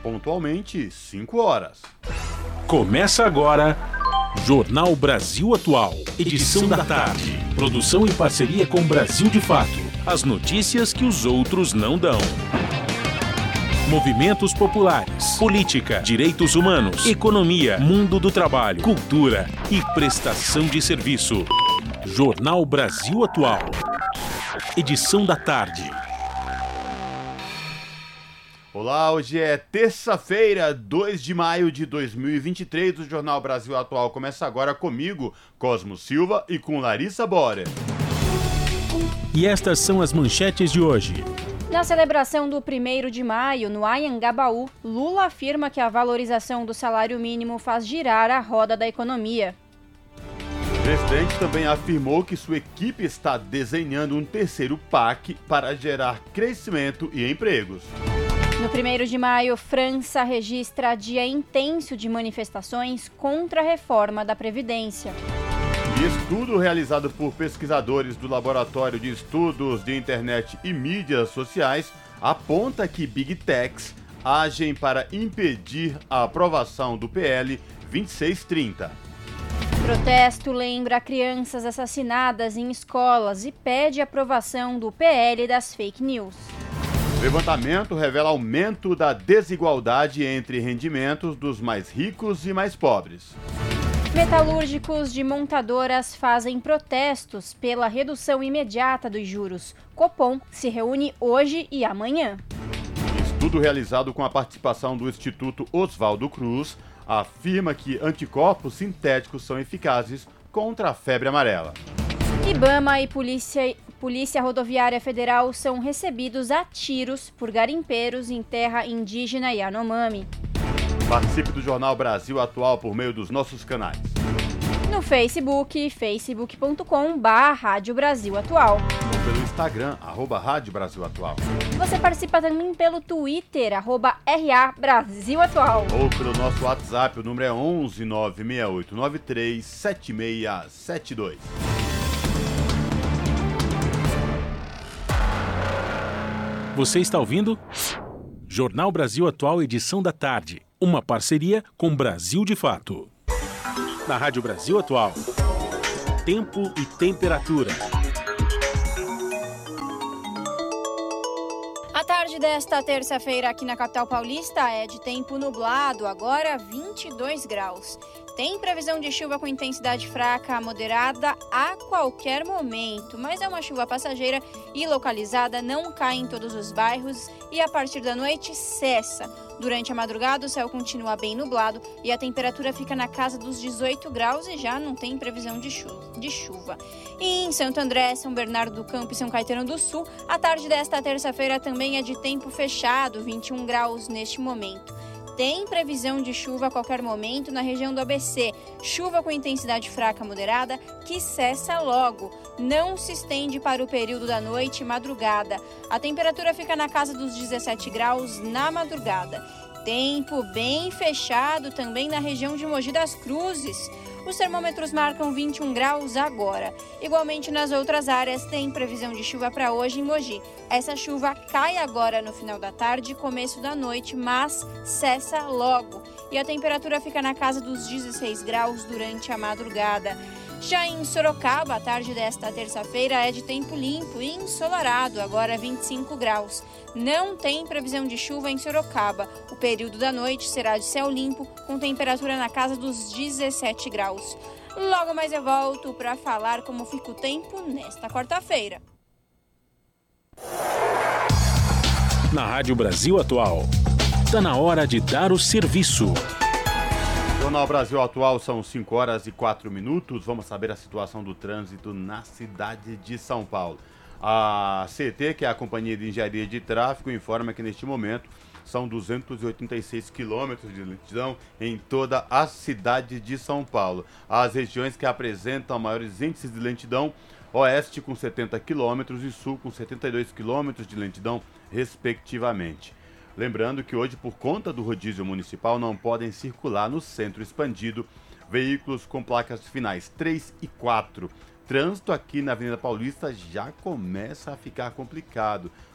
pontualmente 5 horas. Começa agora Jornal Brasil Atual, edição da tarde. Produção em parceria com Brasil de Fato. As notícias que os outros não dão. Movimentos populares, política, direitos humanos, economia, mundo do trabalho, cultura e prestação de serviço. Jornal Brasil Atual, edição da tarde. Olá, hoje é terça-feira, 2 de maio de 2023. O Jornal Brasil Atual começa agora comigo, Cosmo Silva, e com Larissa Borer. E estas são as manchetes de hoje. Na celebração do 1º de maio, no Anhangabaú, Lula afirma que a valorização do salário mínimo faz girar a roda da economia. O presidente também afirmou que sua equipe está desenhando um terceiro PAC para gerar crescimento e empregos. No 1º de maio, França registra dia intenso de manifestações contra a reforma da Previdência. E estudo realizado por pesquisadores do Laboratório de Estudos de Internet e Mídias Sociais aponta que Big Techs agem para impedir a aprovação do PL 2630. Protesto lembra crianças assassinadas em escolas e pede aprovação do PL das fake news. Levantamento revela aumento da desigualdade entre rendimentos dos mais ricos e mais pobres. Metalúrgicos de montadoras fazem protestos pela redução imediata dos juros. Copom se reúne hoje e amanhã. Estudo realizado com a participação do Instituto Oswaldo Cruz afirma que anticorpos sintéticos são eficazes contra a febre amarela. IBAMA e Polícia Rodoviária Federal são recebidos a tiros por garimpeiros em terra indígena Yanomami. Participe do Jornal Brasil Atual por meio dos nossos canais. No Facebook, facebook.com/Rádio Brasil Atual. Ou pelo Instagram, @Rádio Brasil Atual. Você participa também pelo Twitter, @RA Brasil Atual. Ou pelo nosso WhatsApp, o número é 11 96893 7672. Você está ouvindo? Jornal Brasil Atual, edição da tarde. Uma parceria com Brasil de Fato. Na Rádio Brasil Atual. Tempo e temperatura. A tarde desta terça-feira aqui na capital paulista é de tempo nublado, agora 22 graus. Tem previsão de chuva com intensidade fraca a moderada a qualquer momento, mas é uma chuva passageira e localizada, não cai em todos os bairros e a partir da noite cessa. Durante a madrugada o céu continua bem nublado e a temperatura fica na casa dos 18 graus e já não tem previsão de chuva. E em Santo André, São Bernardo do Campo e São Caetano do Sul, a tarde desta terça-feira também é de tempo fechado, 21 graus neste momento. Tem previsão de chuva a qualquer momento na região do ABC. Chuva com intensidade fraca moderada que cessa logo. Não se estende para o período da noite e madrugada. A temperatura fica na casa dos 17 graus na madrugada. Tempo bem fechado também na região de Mogi das Cruzes. Os termômetros marcam 21 graus agora. Igualmente nas outras áreas tem previsão de chuva para hoje em Mogi. Essa chuva cai agora no final da tarde e começo da noite, mas cessa logo. E a temperatura fica na casa dos 16 graus durante a madrugada. Já em Sorocaba, a tarde desta terça-feira é de tempo limpo e ensolarado, agora 25 graus. Não tem previsão de chuva em Sorocaba. O período da noite será de céu limpo, com temperatura na casa dos 17 graus. Logo mais eu volto para falar como fica o tempo nesta quarta-feira. Na Rádio Brasil Atual. Está na hora de dar o serviço. Jornal Brasil Atual, são 5 horas e 4 minutos. Vamos saber a situação do trânsito na cidade de São Paulo. A CT, que é a Companhia de Engenharia de Tráfego, informa que neste momento são 286 quilômetros de lentidão em toda a cidade de São Paulo. As regiões que apresentam maiores índices de lentidão: Oeste com 70 quilômetros e Sul com 72 quilômetros de lentidão, respectivamente. Lembrando que hoje, por conta do rodízio municipal, não podem circular no centro expandido veículos com placas finais 3 e 4. Trânsito aqui na Avenida Paulista já começa a ficar complicado.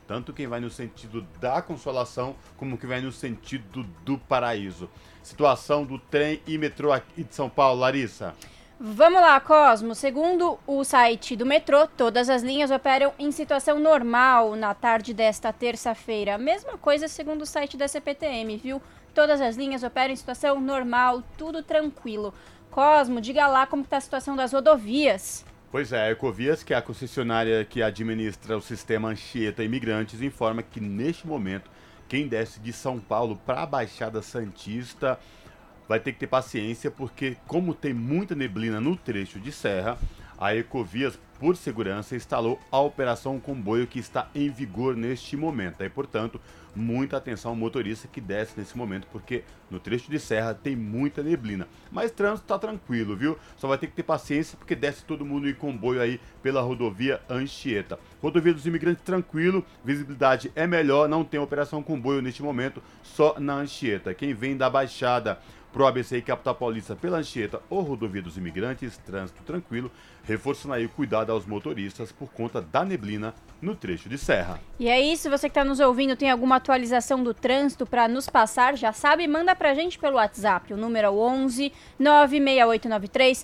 tanto quem vai no sentido da Consolação como quem vai no sentido do Paraíso. Situação do trem e metrô aqui de São Paulo, Larissa. Vamos lá, Cosmo. Segundo o site do metrô, todas as linhas operam em situação normal na tarde desta terça-feira. Mesma coisa segundo o site da CPTM, viu? Todas as linhas operam em situação normal, tudo tranquilo. Cosmo, diga lá como está a situação das rodovias. Pois é, a Ecovias, que é a concessionária que administra o sistema Anchieta Imigrantes, informa que neste momento, quem desce de São Paulo para a Baixada Santista vai ter que ter paciência, porque como tem muita neblina no trecho de serra, a Ecovias, por segurança, instalou a Operação Comboio, que está em vigor neste momento. Aí, portanto, muita atenção ao motorista que desce nesse momento, porque no trecho de serra tem muita neblina. Mas o trânsito está tranquilo, viu? Só vai ter que ter paciência, porque desce todo mundo em comboio aí pela rodovia Anchieta. Rodovia dos Imigrantes tranquilo, visibilidade é melhor, não tem Operação Comboio neste momento, só na Anchieta. Quem vem da Baixada pro ABC e Capital Paulista pela Anchieta ou Rodovia dos Imigrantes, trânsito tranquilo, reforçando aí o cuidado aos motoristas por conta da neblina no trecho de serra. E é isso, você que está nos ouvindo, tem alguma atualização do trânsito para nos passar, já sabe, manda pra gente pelo WhatsApp, o número é 11 96893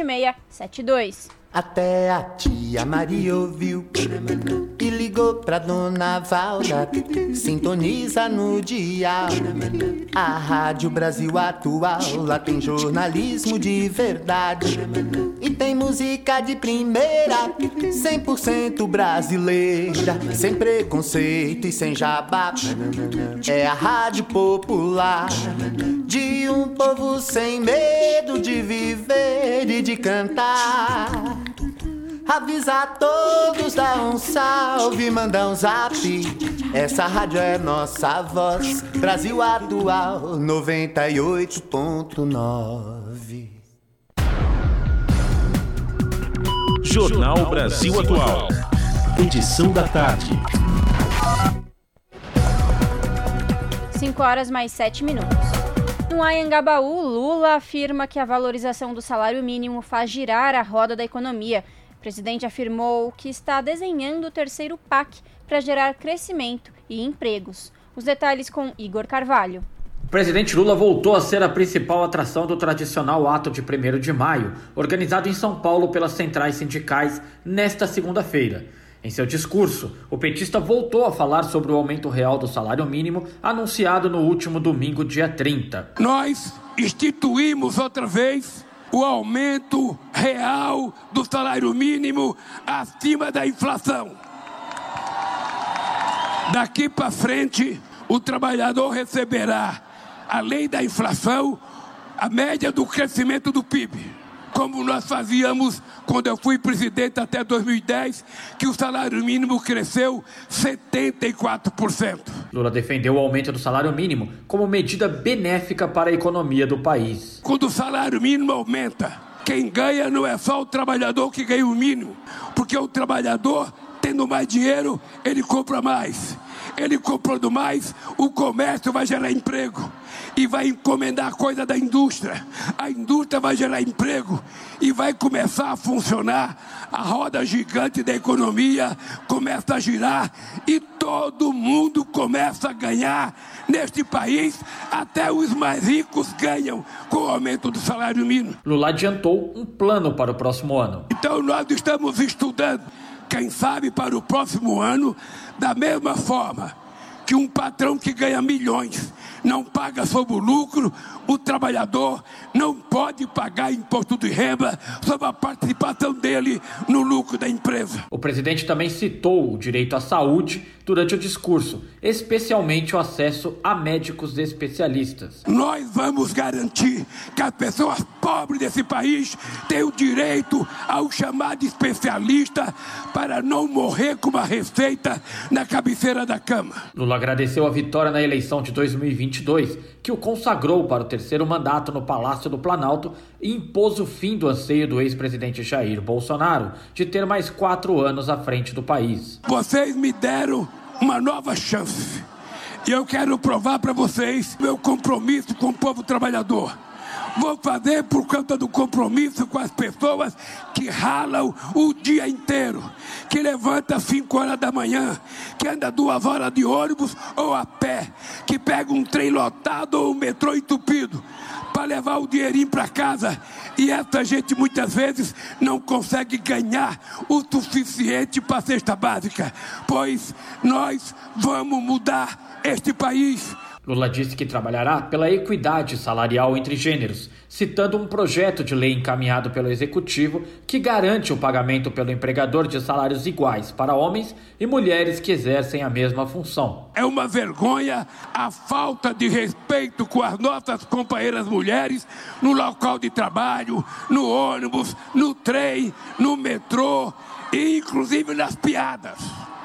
7672. Até a tia Maria ouviu e ligou pra dona Valda. Sintoniza no dial a Rádio Brasil Atual. Lá tem jornalismo de verdade e tem música de primeira, 100% brasileira, sem preconceito e sem jabá. É a Rádio Popular de um povo sem medo de viver e de cantar. Avisa a todos, dá um salve, manda um zap. Essa rádio é nossa voz, Brasil Atual 98.9. Jornal Brasil Atual, edição da tarde. 5h+7. No Anhangabaú, Lula afirma que a valorização do salário mínimo faz girar a roda da economia. O presidente afirmou que está desenhando o terceiro PAC para gerar crescimento e empregos. Os detalhes com Igor Carvalho. O presidente Lula voltou a ser a principal atração do tradicional ato de 1º de maio, organizado em São Paulo pelas centrais sindicais nesta segunda-feira. Em seu discurso, o petista voltou a falar sobre o aumento real do salário mínimo anunciado no último domingo, dia 30. Nós instituímos outra vez o aumento real do salário mínimo acima da inflação. Daqui para frente, o trabalhador receberá, além da inflação, a média do crescimento do PIB. Como nós fazíamos quando eu fui presidente até 2010, que o salário mínimo cresceu 74%. Lula defendeu o aumento do salário mínimo como medida benéfica para a economia do país. Quando o salário mínimo aumenta, quem ganha não é só o trabalhador que ganha o mínimo, porque o trabalhador, tendo mais dinheiro, ele compra mais. Ele comprando mais, o comércio vai gerar emprego e vai encomendar coisa da indústria. A indústria vai gerar emprego e vai começar a funcionar. A roda gigante da economia começa a girar e todo mundo começa a ganhar neste país. Até os mais ricos ganham com o aumento do salário mínimo. Lula adiantou um plano para o próximo ano. Então nós estamos estudando, quem sabe para o próximo ano, da mesma forma que um patrão que ganha milhões não paga sobre o lucro, o trabalhador não pode pagar imposto de renda sobre a participação dele no lucro da empresa. O presidente também citou o direito à saúde durante o discurso, especialmente o acesso a médicos especialistas. Nós vamos garantir que as pessoas pobres desse país tenham direito ao chamado especialista para não morrer com uma receita na cabeceira da cama. Lula agradeceu a vitória na eleição de 2022, que o consagrou para o terceiro mandato no Palácio do Planalto e impôs o fim do anseio do ex-presidente Jair Bolsonaro de ter mais 4 anos à frente do país. Vocês me deram uma nova chance e eu quero provar para vocês meu compromisso com o povo trabalhador. Vou fazer por conta do compromisso com as pessoas que ralam o dia inteiro, que levanta às 5 horas da manhã, que anda 2 horas de ônibus ou a pé, que pega um trem lotado ou um metrô entupido para levar o dinheirinho para casa. E essa gente muitas vezes não consegue ganhar o suficiente para a cesta básica, pois nós vamos mudar este país. Lula disse que trabalhará pela equidade salarial entre gêneros, citando um projeto de lei encaminhado pelo Executivo que garante o pagamento pelo empregador de salários iguais para homens e mulheres que exercem a mesma função. É uma vergonha a falta de respeito com as nossas companheiras mulheres no local de trabalho, no ônibus, no trem, no metrô e inclusive nas piadas.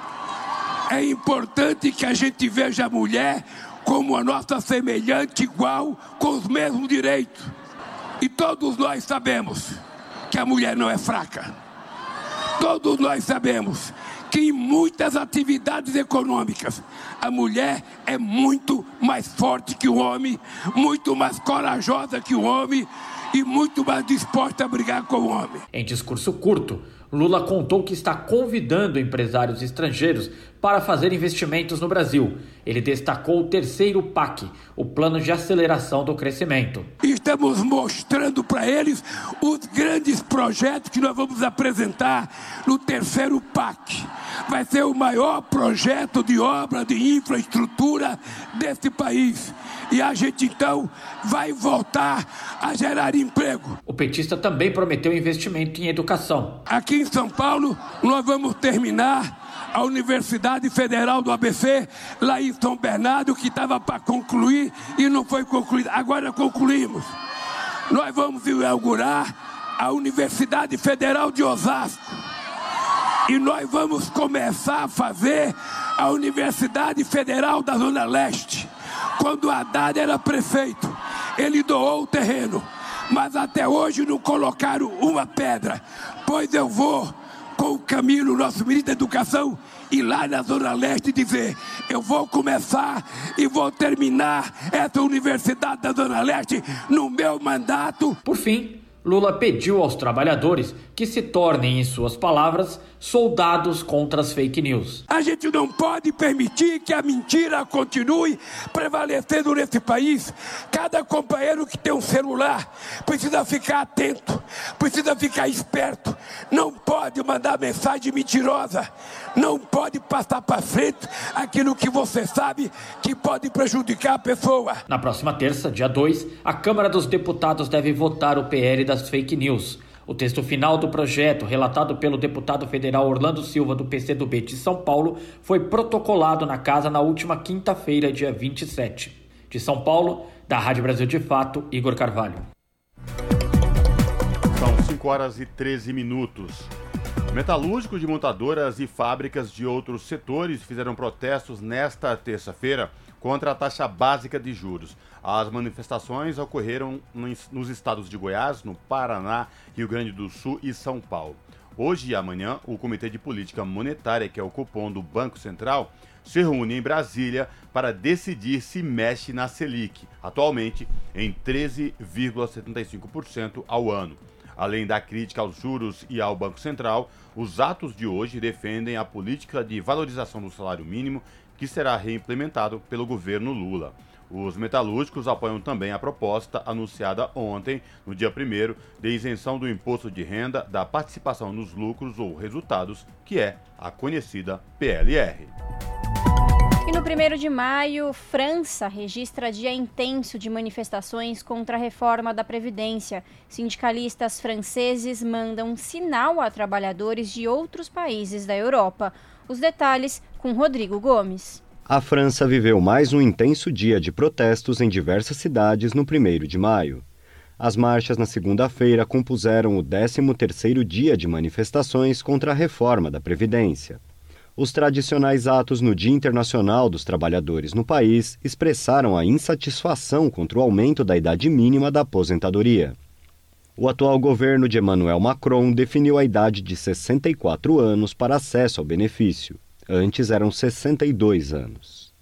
É importante que a gente veja a mulher como a nossa semelhante, igual, com os mesmos direitos. E todos nós sabemos que a mulher não é fraca. Todos nós sabemos que em muitas atividades econômicas a mulher é muito mais forte que o homem, muito mais corajosa que o homem e muito mais disposta a brigar com o homem. Em discurso curto, Lula contou que está convidando empresários estrangeiros para fazer investimentos no Brasil. Ele destacou o terceiro PAC, o Plano de Aceleração do Crescimento. Estamos mostrando para eles os grandes projetos que nós vamos apresentar no terceiro PAC. Vai ser o maior projeto de obra de infraestrutura desse país. E a gente, então, vai voltar a gerar emprego. O petista também prometeu investimento em educação. Aqui em São Paulo, nós vamos terminar a Universidade Federal do ABC, lá em São Bernardo, que estava para concluir e não foi concluída. Agora concluímos. Nós vamos inaugurar a Universidade Federal de Osasco. E nós vamos começar a fazer a Universidade Federal da Zona Leste. Quando Haddad era prefeito, ele doou o terreno, mas até hoje não colocaram uma pedra. Pois eu vou, com o Camilo, nosso ministro da Educação, ir lá na Zona Leste dizer: eu vou começar e vou terminar essa Universidade da Zona Leste no meu mandato. Por fim, Lula pediu aos trabalhadores que se tornem, em suas palavras, soldados contra as fake news. A gente não pode permitir que a mentira continue prevalecendo nesse país. Cada companheiro que tem um celular precisa ficar atento, precisa ficar esperto. Não pode mandar mensagem mentirosa, não pode passar para frente aquilo que você sabe que pode prejudicar a pessoa. Na próxima terça, dia 2, a Câmara dos Deputados deve votar o PL das fake news. O texto final do projeto, relatado pelo deputado federal Orlando Silva, do PCdoB de São Paulo, foi protocolado na casa na última quinta-feira, dia 27. De São Paulo, da Rádio Brasil de Fato, Igor Carvalho. São 5 horas e 13 minutos. Metalúrgicos de montadoras e fábricas de outros setores fizeram protestos nesta terça-feira contra a taxa básica de juros. As manifestações ocorreram nos estados de Goiás, no Paraná, Rio Grande do Sul e São Paulo. Hoje e amanhã, o Comitê de Política Monetária, que é o cupom do Banco Central, se reúne em Brasília para decidir se mexe na Selic, atualmente em 13,75% ao ano. Além da crítica aos juros e ao Banco Central, os atos de hoje defendem a política de valorização do salário mínimo, que será reimplementado pelo governo Lula. Os metalúrgicos apoiam também a proposta anunciada ontem, no dia 1º, de isenção do imposto de renda da participação nos lucros ou resultados, que é a conhecida PLR. E no 1º de maio, França registra dia intenso de manifestações contra a reforma da Previdência. Sindicalistas franceses mandam sinal a trabalhadores de outros países da Europa. Os detalhes com Rodrigo Gomes. A França viveu mais um intenso dia de protestos em diversas cidades no 1º de maio. As marchas na segunda-feira compuseram o 13º dia de manifestações contra a reforma da Previdência. Os tradicionais atos no Dia Internacional dos Trabalhadores no país expressaram a insatisfação contra o aumento da idade mínima da aposentadoria. O atual governo de Emmanuel Macron definiu a idade de 64 anos para acesso ao benefício. Antes eram 62 anos.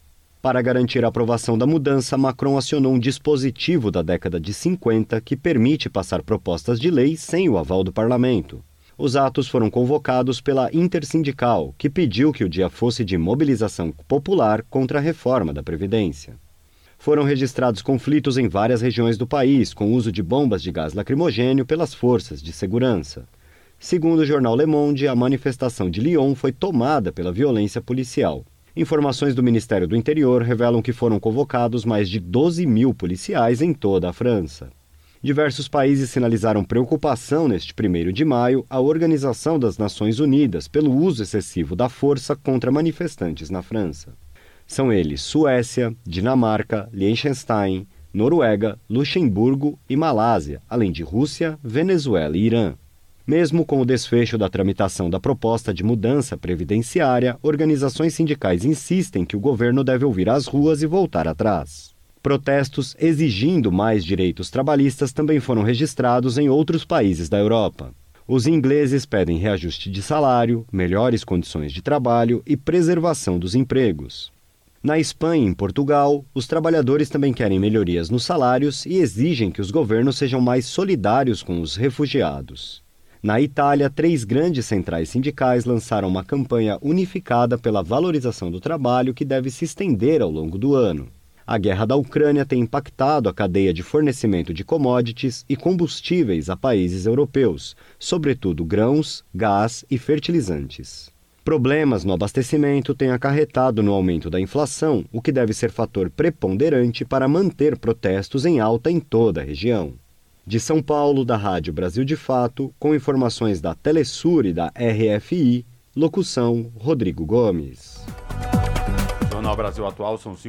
Para garantir a aprovação da mudança, Macron acionou um dispositivo da década de 50 que permite passar propostas de lei sem o aval do parlamento. Os atos foram convocados pela Intersindical, que pediu que o dia fosse de mobilização popular contra a reforma da Previdência. Foram registrados conflitos em várias regiões do país, com o uso de bombas de gás lacrimogênio pelas forças de segurança. Segundo o jornal Le Monde, a manifestação de Lyon foi tomada pela violência policial. Informações do Ministério do Interior revelam que foram convocados mais de 12 mil policiais em toda a França. Diversos países sinalizaram preocupação neste 1º de maio à Organização das Nações Unidas pelo uso excessivo da força contra manifestantes na França. São eles Suécia, Dinamarca, Liechtenstein, Noruega, Luxemburgo e Malásia, além de Rússia, Venezuela e Irã. Mesmo com o desfecho da tramitação da proposta de mudança previdenciária, organizações sindicais insistem que o governo deve ouvir as ruas e voltar atrás. Protestos exigindo mais direitos trabalhistas também foram registrados em outros países da Europa. Os ingleses pedem reajuste de salário, melhores condições de trabalho e preservação dos empregos. Na Espanha e em Portugal, os trabalhadores também querem melhorias nos salários e exigem que os governos sejam mais solidários com os refugiados. Na Itália, 3 grandes centrais sindicais lançaram uma campanha unificada pela valorização do trabalho que deve se estender ao longo do ano. A guerra da Ucrânia tem impactado a cadeia de fornecimento de commodities e combustíveis a países europeus, sobretudo grãos, gás e fertilizantes. Problemas no abastecimento têm acarretado no aumento da inflação, o que deve ser fator preponderante para manter protestos em alta em toda a região. De São Paulo, da Rádio Brasil de Fato, com informações da Telesur e da RFI, locução Rodrigo Gomes. Jornal Brasil Atual, são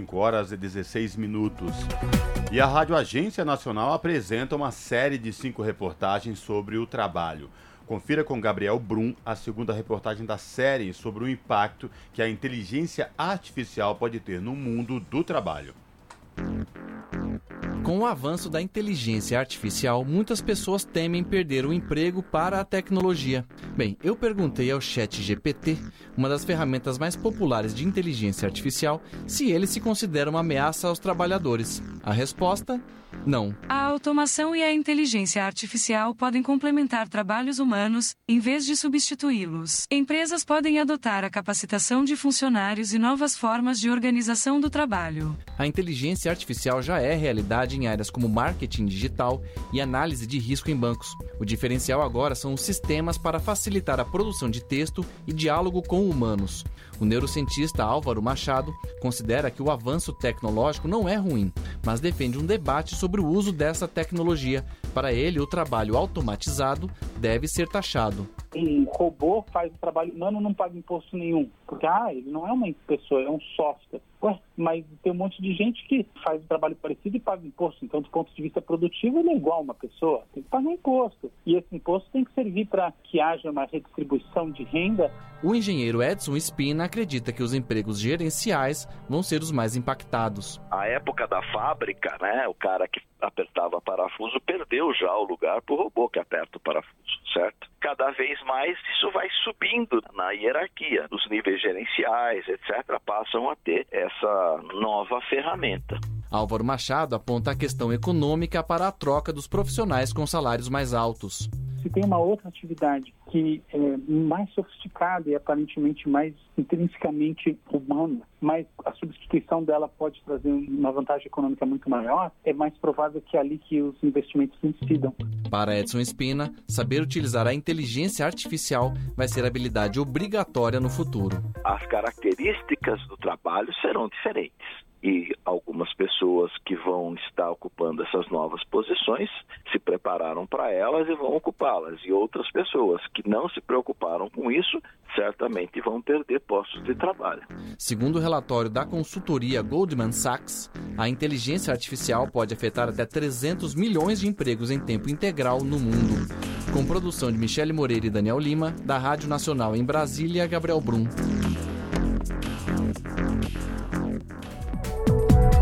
5h16. E a Rádio Agência Nacional apresenta uma série de 5 reportagens sobre o trabalho. Confira com Gabriel Brum a segunda reportagem da série sobre o impacto que a inteligência artificial pode ter no mundo do trabalho. Com o avanço da inteligência artificial, muitas pessoas temem perder o emprego para a tecnologia. Bem, eu perguntei ao ChatGPT, uma das ferramentas mais populares de inteligência artificial, se ele se considera uma ameaça aos trabalhadores. A resposta: não. A automação e a inteligência artificial podem complementar trabalhos humanos, em vez de substituí-los. Empresas podem adotar a capacitação de funcionários e novas formas de organização do trabalho. A inteligência artificial já é realidade em áreas como marketing digital e análise de risco em bancos. O diferencial agora são os sistemas para facilitar a produção de texto e diálogo com humanos. O neurocientista Álvaro Machado considera que o avanço tecnológico não é ruim, mas defende um debate sobre o uso dessa tecnologia. Para ele, o trabalho automatizado deve ser taxado. Um robô faz o trabalho humano, não paga imposto nenhum. Porque ele não é uma pessoa, é um software. Mas tem um monte de gente que faz um trabalho parecido e paga imposto. Então, do ponto de vista produtivo, ele é igual a uma pessoa. Tem que pagar imposto. E esse imposto tem que servir para que haja uma redistribuição de renda. O engenheiro Edson Espina acredita que os empregos gerenciais vão ser os mais impactados. A época da fábrica, o cara que apertava parafuso perdeu já o lugar para o robô que aperta o parafuso, certo? Cada vez mais isso vai subindo na hierarquia. Os níveis gerenciais, etc., passam a ter essa nova ferramenta. Álvaro Machado aponta a questão econômica para a troca dos profissionais com salários mais altos. Se tem uma outra atividade que é mais sofisticada e aparentemente mais intrinsecamente humana, mas a substituição dela pode trazer uma vantagem econômica muito maior, é mais provável que é ali que os investimentos incidam. Para Edson Espina, saber utilizar a inteligência artificial vai ser habilidade obrigatória no futuro. As características do trabalho serão diferentes. E algumas pessoas que vão estar ocupando essas novas posições se prepararam para elas e vão ocupá-las. E outras pessoas que não se preocuparam com isso, certamente vão perder postos de trabalho. Segundo o relatório da consultoria Goldman Sachs, a inteligência artificial pode afetar até 300 milhões de empregos em tempo integral no mundo. Com produção de Michele Moreira e Daniel Lima, da Rádio Nacional em Brasília, Gabriel Brum.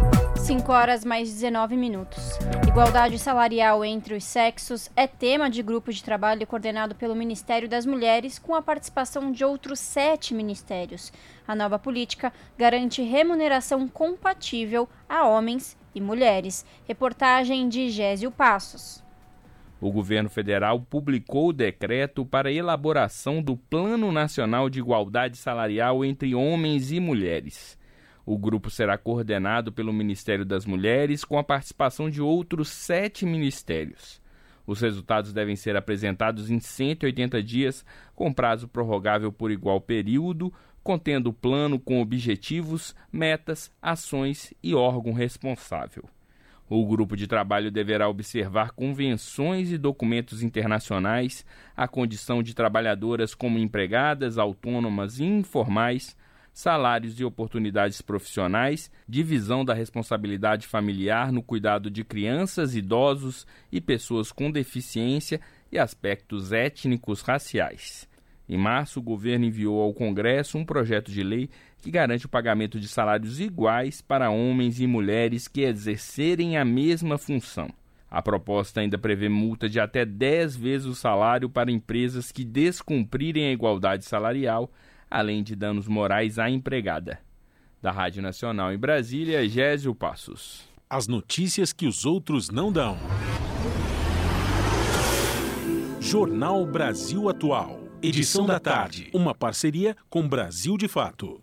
5h mais 19. Igualdade salarial entre os sexos é tema de grupo de trabalho coordenado pelo Ministério das Mulheres, com a participação de outros 7 ministérios. A nova política garante remuneração compatível a homens e mulheres. Reportagem de Gésio Passos. O governo federal publicou o decreto para a elaboração do Plano Nacional de Igualdade Salarial entre Homens e Mulheres. O grupo será coordenado pelo Ministério das Mulheres, com a participação de outros 7 ministérios. Os resultados devem ser apresentados em 180 dias, com prazo prorrogável por igual período, contendo o plano com objetivos, metas, ações e órgão responsável. O grupo de trabalho deverá observar convenções e documentos internacionais, a condição de trabalhadoras como empregadas, autônomas e informais, salários e oportunidades profissionais, divisão da responsabilidade familiar no cuidado de crianças, idosos e pessoas com deficiência e aspectos étnicos raciais. Em março, o governo enviou ao Congresso um projeto de lei que garante o pagamento de salários iguais para homens e mulheres que exercerem a mesma função. A proposta ainda prevê multa de até 10 vezes o salário para empresas que descumprirem a igualdade salarial, além de danos morais à empregada. Da Rádio Nacional em Brasília, Gésio Passos. As notícias que os outros não dão. Jornal Brasil Atual. Edição da tarde. Uma parceria com Brasil de Fato.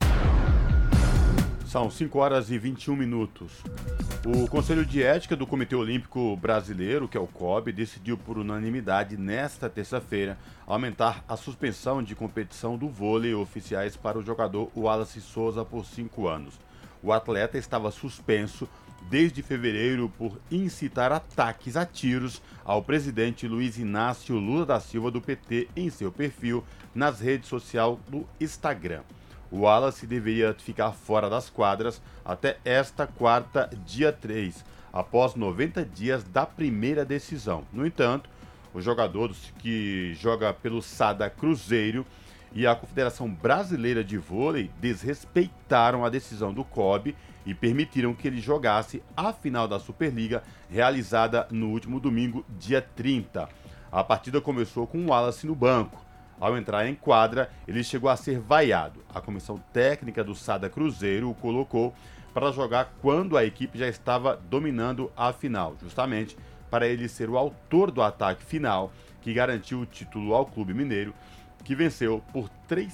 São 5h21. O Conselho de Ética do Comitê Olímpico Brasileiro, que é o COB, decidiu por unanimidade nesta terça-feira aumentar a suspensão de competição do vôlei oficiais para o jogador Wallace Souza por 5 anos. O atleta estava suspenso desde fevereiro por incitar ataques a tiros ao presidente Luiz Inácio Lula da Silva do PT em seu perfil nas redes sociais do Instagram. O Wallace deveria ficar fora das quadras até esta quarta, dia 3, após 90 dias da primeira decisão. No entanto, o jogador que joga pelo Sada Cruzeiro e a Confederação Brasileira de Vôlei desrespeitaram a decisão do COB e permitiram que ele jogasse a final da Superliga, realizada no último domingo, dia 30. A partida começou com o Wallace no banco. Ao entrar em quadra, ele chegou a ser vaiado. A comissão técnica do Sada Cruzeiro o colocou para jogar quando a equipe já estava dominando a final, justamente para ele ser o autor do ataque final que garantiu o título ao Clube Mineiro, que venceu por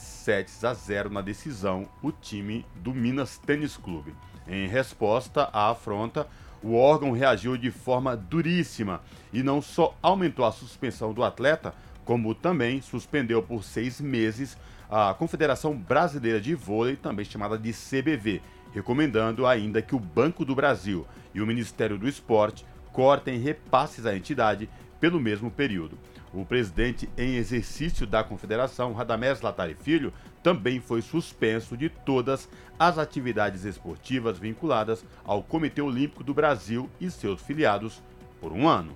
3-0 na decisão o time do Minas Tênis Clube. Em resposta à afronta, o órgão reagiu de forma duríssima e não só aumentou a suspensão do atleta, como também suspendeu por 6 meses a Confederação Brasileira de Vôlei, também chamada de CBV, recomendando ainda que o Banco do Brasil e o Ministério do Esporte cortem repasses à entidade pelo mesmo período. O presidente em exercício da Confederação, Radamés Latari Filho, também foi suspenso de todas as atividades esportivas vinculadas ao Comitê Olímpico do Brasil e seus filiados por 1 ano.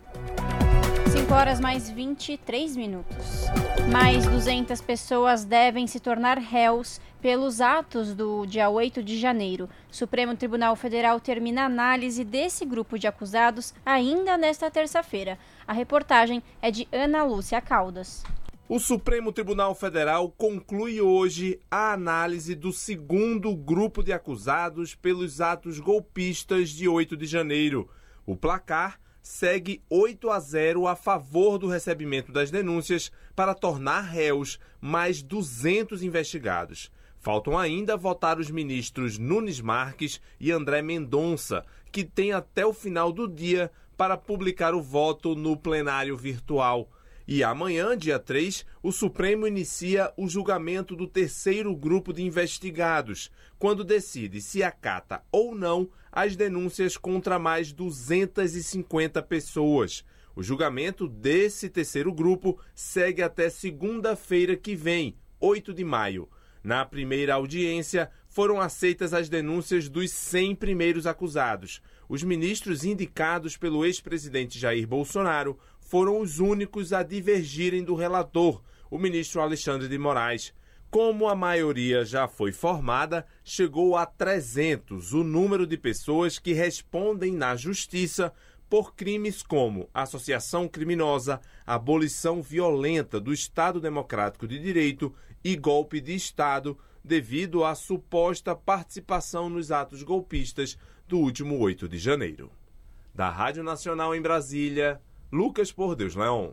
5h mais 23. Mais 200 pessoas devem se tornar réus pelos atos do dia 8 de janeiro. O Supremo Tribunal Federal termina a análise desse grupo de acusados ainda nesta terça-feira. A reportagem é de Ana Lúcia Caldas. O Supremo Tribunal Federal conclui hoje a análise do segundo grupo de acusados pelos atos golpistas de 8 de janeiro. O placar segue 8-0 a favor do recebimento das denúncias para tornar réus mais 200 investigados. Faltam ainda votar os ministros Nunes Marques e André Mendonça, que têm até o final do dia para publicar o voto no plenário virtual. E amanhã, dia 3, o Supremo inicia o julgamento do terceiro grupo de investigados, quando decide se acata ou não as denúncias contra mais 250 pessoas. O julgamento desse terceiro grupo segue até segunda-feira que vem, 8 de maio. Na primeira audiência, foram aceitas as denúncias dos 100 primeiros acusados. Os ministros indicados pelo ex-presidente Jair Bolsonaro foram os únicos a divergirem do relator, o ministro Alexandre de Moraes. Como a maioria já foi formada, chegou a 300 o número de pessoas que respondem na Justiça por crimes como associação criminosa, abolição violenta do Estado Democrático de Direito e golpe de Estado, devido à suposta participação nos atos golpistas do último 8 de janeiro. Da Rádio Nacional em Brasília, Lucas Por Deus Leon.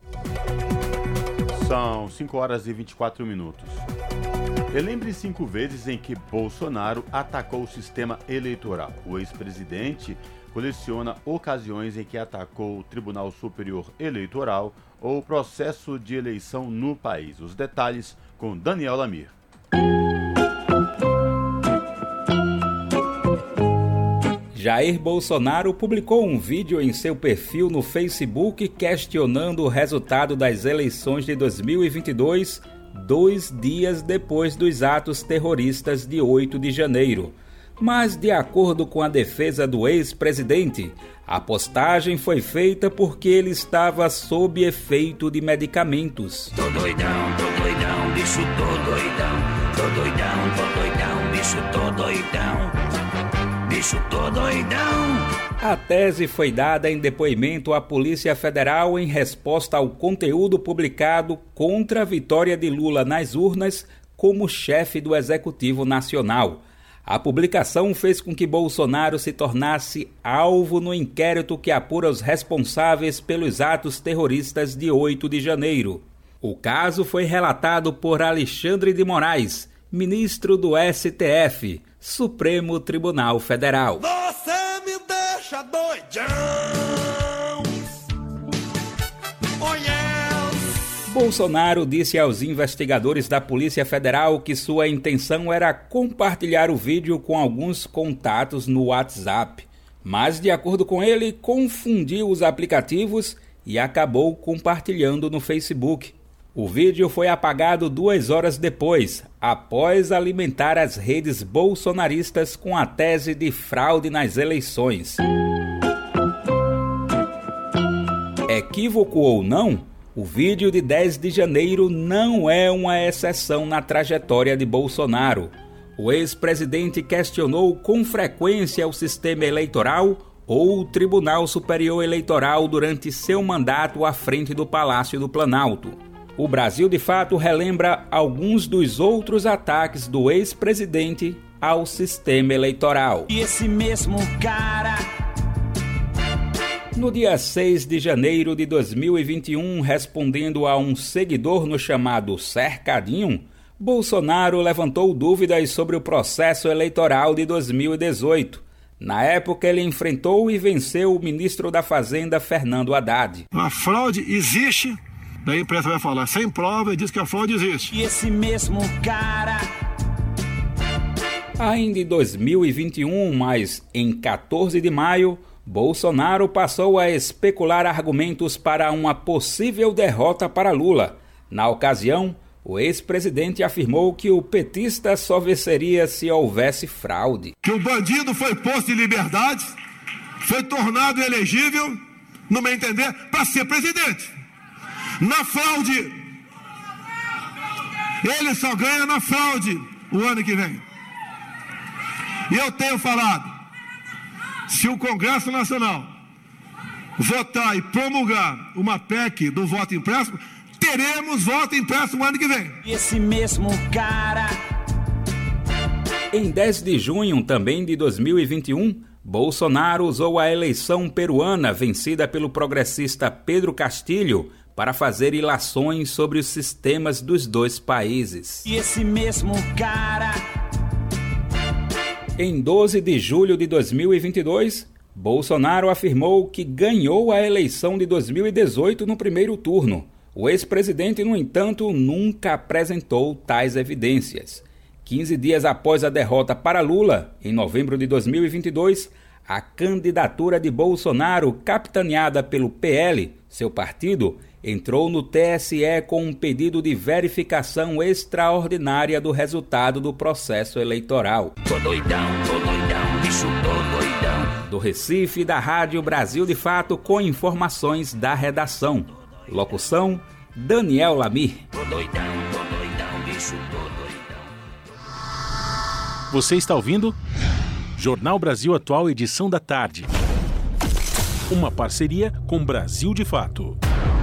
São 5 horas e 24 minutos. Relembre 5 vezes em que Bolsonaro atacou o sistema eleitoral. O ex-presidente coleciona ocasiões em que atacou o Tribunal Superior Eleitoral ou o processo de eleição no país. Os detalhes com Daniel Lamir. Jair Bolsonaro publicou um vídeo em seu perfil no Facebook questionando o resultado das eleições de 2022, 2 dias depois dos atos terroristas de 8 de janeiro. Mas, de acordo com a defesa do ex-presidente, a postagem foi feita porque ele estava sob efeito de medicamentos. Tô doidão, bicho, tô doidão, bicho, tô doidão. Bicho, tô doidão. A tese foi dada em depoimento à Polícia Federal em resposta ao conteúdo publicado contra a vitória de Lula nas urnas como chefe do Executivo Nacional. A publicação fez com que Bolsonaro se tornasse alvo no inquérito que apura os responsáveis pelos atos terroristas de 8 de janeiro. O caso foi relatado por Alexandre de Moraes, ministro do STF, Supremo Tribunal Federal. Você me deixa doidão. Oh, yes. Bolsonaro disse aos investigadores da Polícia Federal que sua intenção era compartilhar o vídeo com alguns contatos no WhatsApp. Mas, de acordo com ele, confundiu os aplicativos e acabou compartilhando no Facebook. O vídeo foi apagado 2 horas depois, após alimentar as redes bolsonaristas com a tese de fraude nas eleições. Equívoco ou não, o vídeo de 10 de janeiro não é uma exceção na trajetória de Bolsonaro. O ex-presidente questionou com frequência o sistema eleitoral ou o Tribunal Superior Eleitoral durante seu mandato à frente do Palácio do Planalto. O Brasil de Fato relembra alguns dos outros ataques do ex-presidente ao sistema eleitoral. E esse mesmo cara... No dia 6 de janeiro de 2021, respondendo a um seguidor no chamado Cercadinho, Bolsonaro levantou dúvidas sobre o processo eleitoral de 2018. Na época, ele enfrentou e venceu o ministro da Fazenda, Fernando Haddad. A fraude existe... Daí a imprensa vai falar, sem prova, e diz que a fraude existe. E esse mesmo cara... Ainda em 2021, mas em 14 de maio, Bolsonaro passou a especular argumentos para uma possível derrota para Lula. Na ocasião, o ex-presidente afirmou que o petista só venceria se houvesse fraude. Que o bandido foi posto em liberdade, foi tornado elegível, no meu entender, para ser presidente. Na fraude, ele só ganha na fraude o ano que vem. E eu tenho falado, se o Congresso Nacional votar e promulgar uma PEC do voto impresso, teremos voto impresso no ano que vem. Esse mesmo cara... Em 10 de junho também de 2021, Bolsonaro usou a eleição peruana vencida pelo progressista Pedro Castilho para fazer ilações sobre os sistemas dos dois países. E esse mesmo cara... Em 12 de julho de 2022, Bolsonaro afirmou que ganhou a eleição de 2018 no primeiro turno. O ex-presidente, no entanto, nunca apresentou tais evidências. 15 dias após a derrota para Lula, em novembro de 2022, a candidatura de Bolsonaro, capitaneada pelo PL, seu partido, entrou no TSE com um pedido de verificação extraordinária do resultado do processo eleitoral. Tô doidão, bicho, tô doidão. Do Recife, da Rádio Brasil de Fato, com informações da redação. Locução, Daniel Lamir. Tô doidão, bicho, tô doidão. Você está ouvindo Jornal Brasil Atual, edição da tarde. Uma parceria com Brasil de Fato.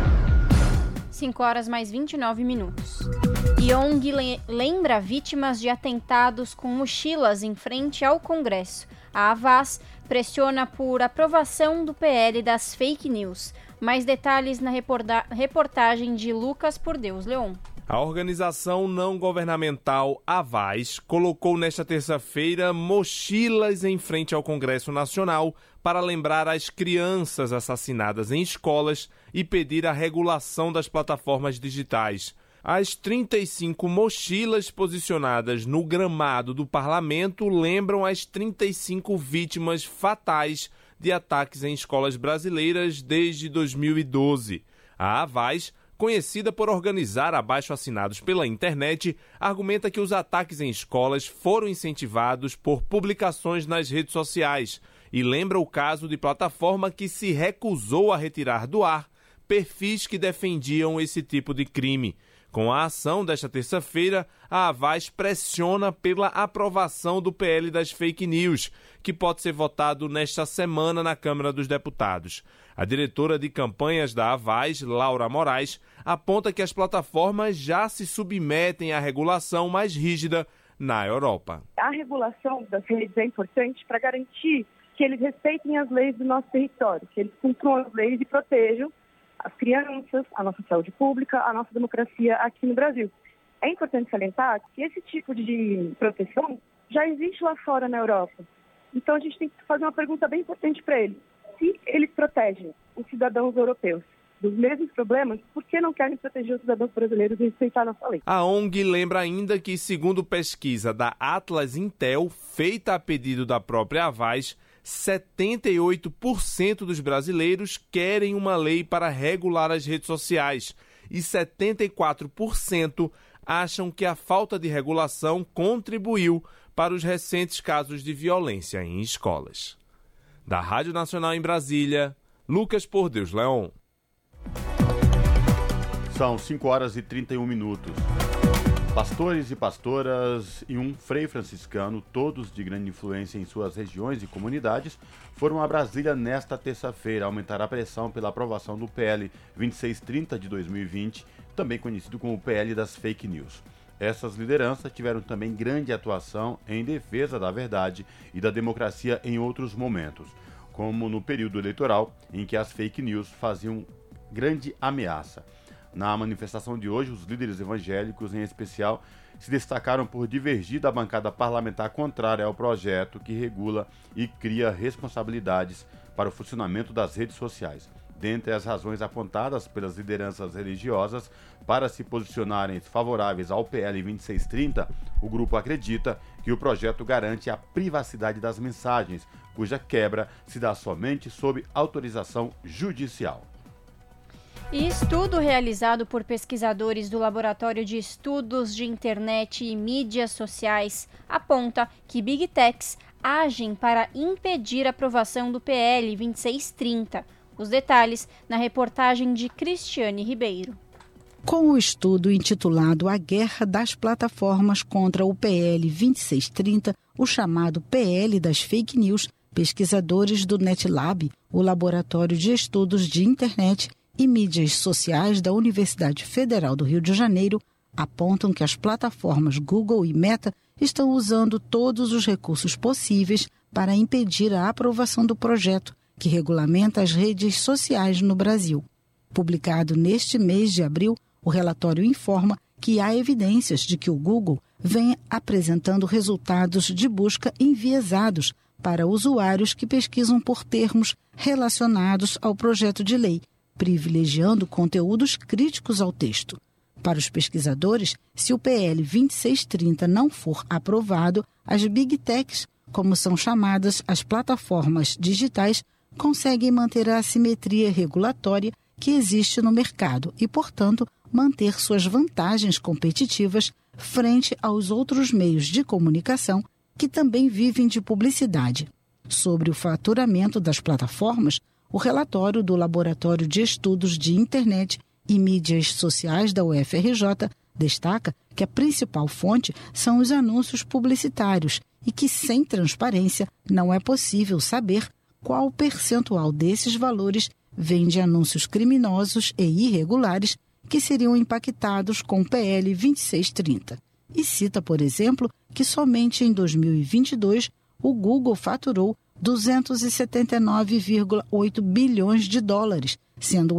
5 horas mais 29 minutos. E ONG lembra vítimas de atentados com mochilas em frente ao Congresso. A Havas pressiona por aprovação do PL das fake news. Mais detalhes na reportagem de Lucas Por Deus Leon. A organização não governamental Havas colocou nesta terça-feira mochilas em frente ao Congresso Nacional para lembrar as crianças assassinadas em escolas e pedir a regulação das plataformas digitais. As 35 mochilas posicionadas no gramado do parlamento lembram as 35 vítimas fatais de ataques em escolas brasileiras desde 2012. A Havas, conhecida por organizar abaixo-assinados pela internet, argumenta que os ataques em escolas foram incentivados por publicações nas redes sociais e lembra o caso de plataforma que se recusou a retirar do ar perfis que defendiam esse tipo de crime. Com a ação desta terça-feira, a Havas pressiona pela aprovação do PL das fake news, que pode ser votado nesta semana na Câmara dos Deputados. A diretora de campanhas da Havas, Laura Moraes, aponta que as plataformas já se submetem à regulação mais rígida na Europa. A regulação das redes é importante para garantir que eles respeitem as leis do nosso território, que eles cumpram as leis e protejam as crianças, a nossa saúde pública, a nossa democracia aqui no Brasil. É importante salientar que esse tipo de proteção já existe lá fora na Europa. Então a gente tem que fazer uma pergunta bem importante para eles. Se eles protegem os cidadãos europeus dos mesmos problemas, por que não querem proteger os cidadãos brasileiros e respeitar a nossa lei? A ONG lembra ainda que, segundo pesquisa da Atlas Intel, feita a pedido da própria Havas, 78% dos brasileiros querem uma lei para regular as redes sociais e 74% acham que a falta de regulação contribuiu para os recentes casos de violência em escolas. Da Rádio Nacional em Brasília, Lucas Por Deus Leon. São 5 horas e 31 minutos. Pastores e pastoras e um frei franciscano, todos de grande influência em suas regiões e comunidades, foram a Brasília nesta terça-feira aumentar a pressão pela aprovação do PL 2630 de 2020, também conhecido como PL das fake news. Essas lideranças tiveram também grande atuação em defesa da verdade e da democracia em outros momentos, como no período eleitoral em que as fake news faziam grande ameaça. Na manifestação de hoje, os líderes evangélicos, em especial, se destacaram por divergir da bancada parlamentar contrária ao projeto que regula e cria responsabilidades para o funcionamento das redes sociais. Dentre as razões apontadas pelas lideranças religiosas para se posicionarem favoráveis ao PL 2630, o grupo acredita que o projeto garante a privacidade das mensagens, cuja quebra se dá somente sob autorização judicial. E estudo realizado por pesquisadores do Laboratório de Estudos de Internet e Mídias Sociais aponta que Big Techs agem para impedir a aprovação do PL 2630. Os detalhes na reportagem de Cristiane Ribeiro. Com o estudo intitulado A Guerra das Plataformas contra o PL 2630, o chamado PL das Fake News, pesquisadores do NetLab, o Laboratório de Estudos de Internet e Mídias Sociais da Universidade Federal do Rio de Janeiro, apontam que as plataformas Google e Meta estão usando todos os recursos possíveis para impedir a aprovação do projeto que regulamenta as redes sociais no Brasil. Publicado neste mês de abril, o relatório informa que há evidências de que o Google vem apresentando resultados de busca enviesados para usuários que pesquisam por termos relacionados ao projeto de lei, privilegiando conteúdos críticos ao texto. Para os pesquisadores, se o PL 2630 não for aprovado, as Big Techs, como são chamadas as plataformas digitais, conseguem manter a assimetria regulatória que existe no mercado e, portanto, manter suas vantagens competitivas frente aos outros meios de comunicação que também vivem de publicidade. Sobre o faturamento das plataformas, o relatório do Laboratório de Estudos de Internet e Mídias Sociais da UFRJ destaca que a principal fonte são os anúncios publicitários e que, sem transparência, não é possível saber qual percentual desses valores vem de anúncios criminosos e irregulares que seriam impactados com o PL 2630. E cita, por exemplo, que somente em 2022 o Google faturou 279,8 bilhões de dólares, sendo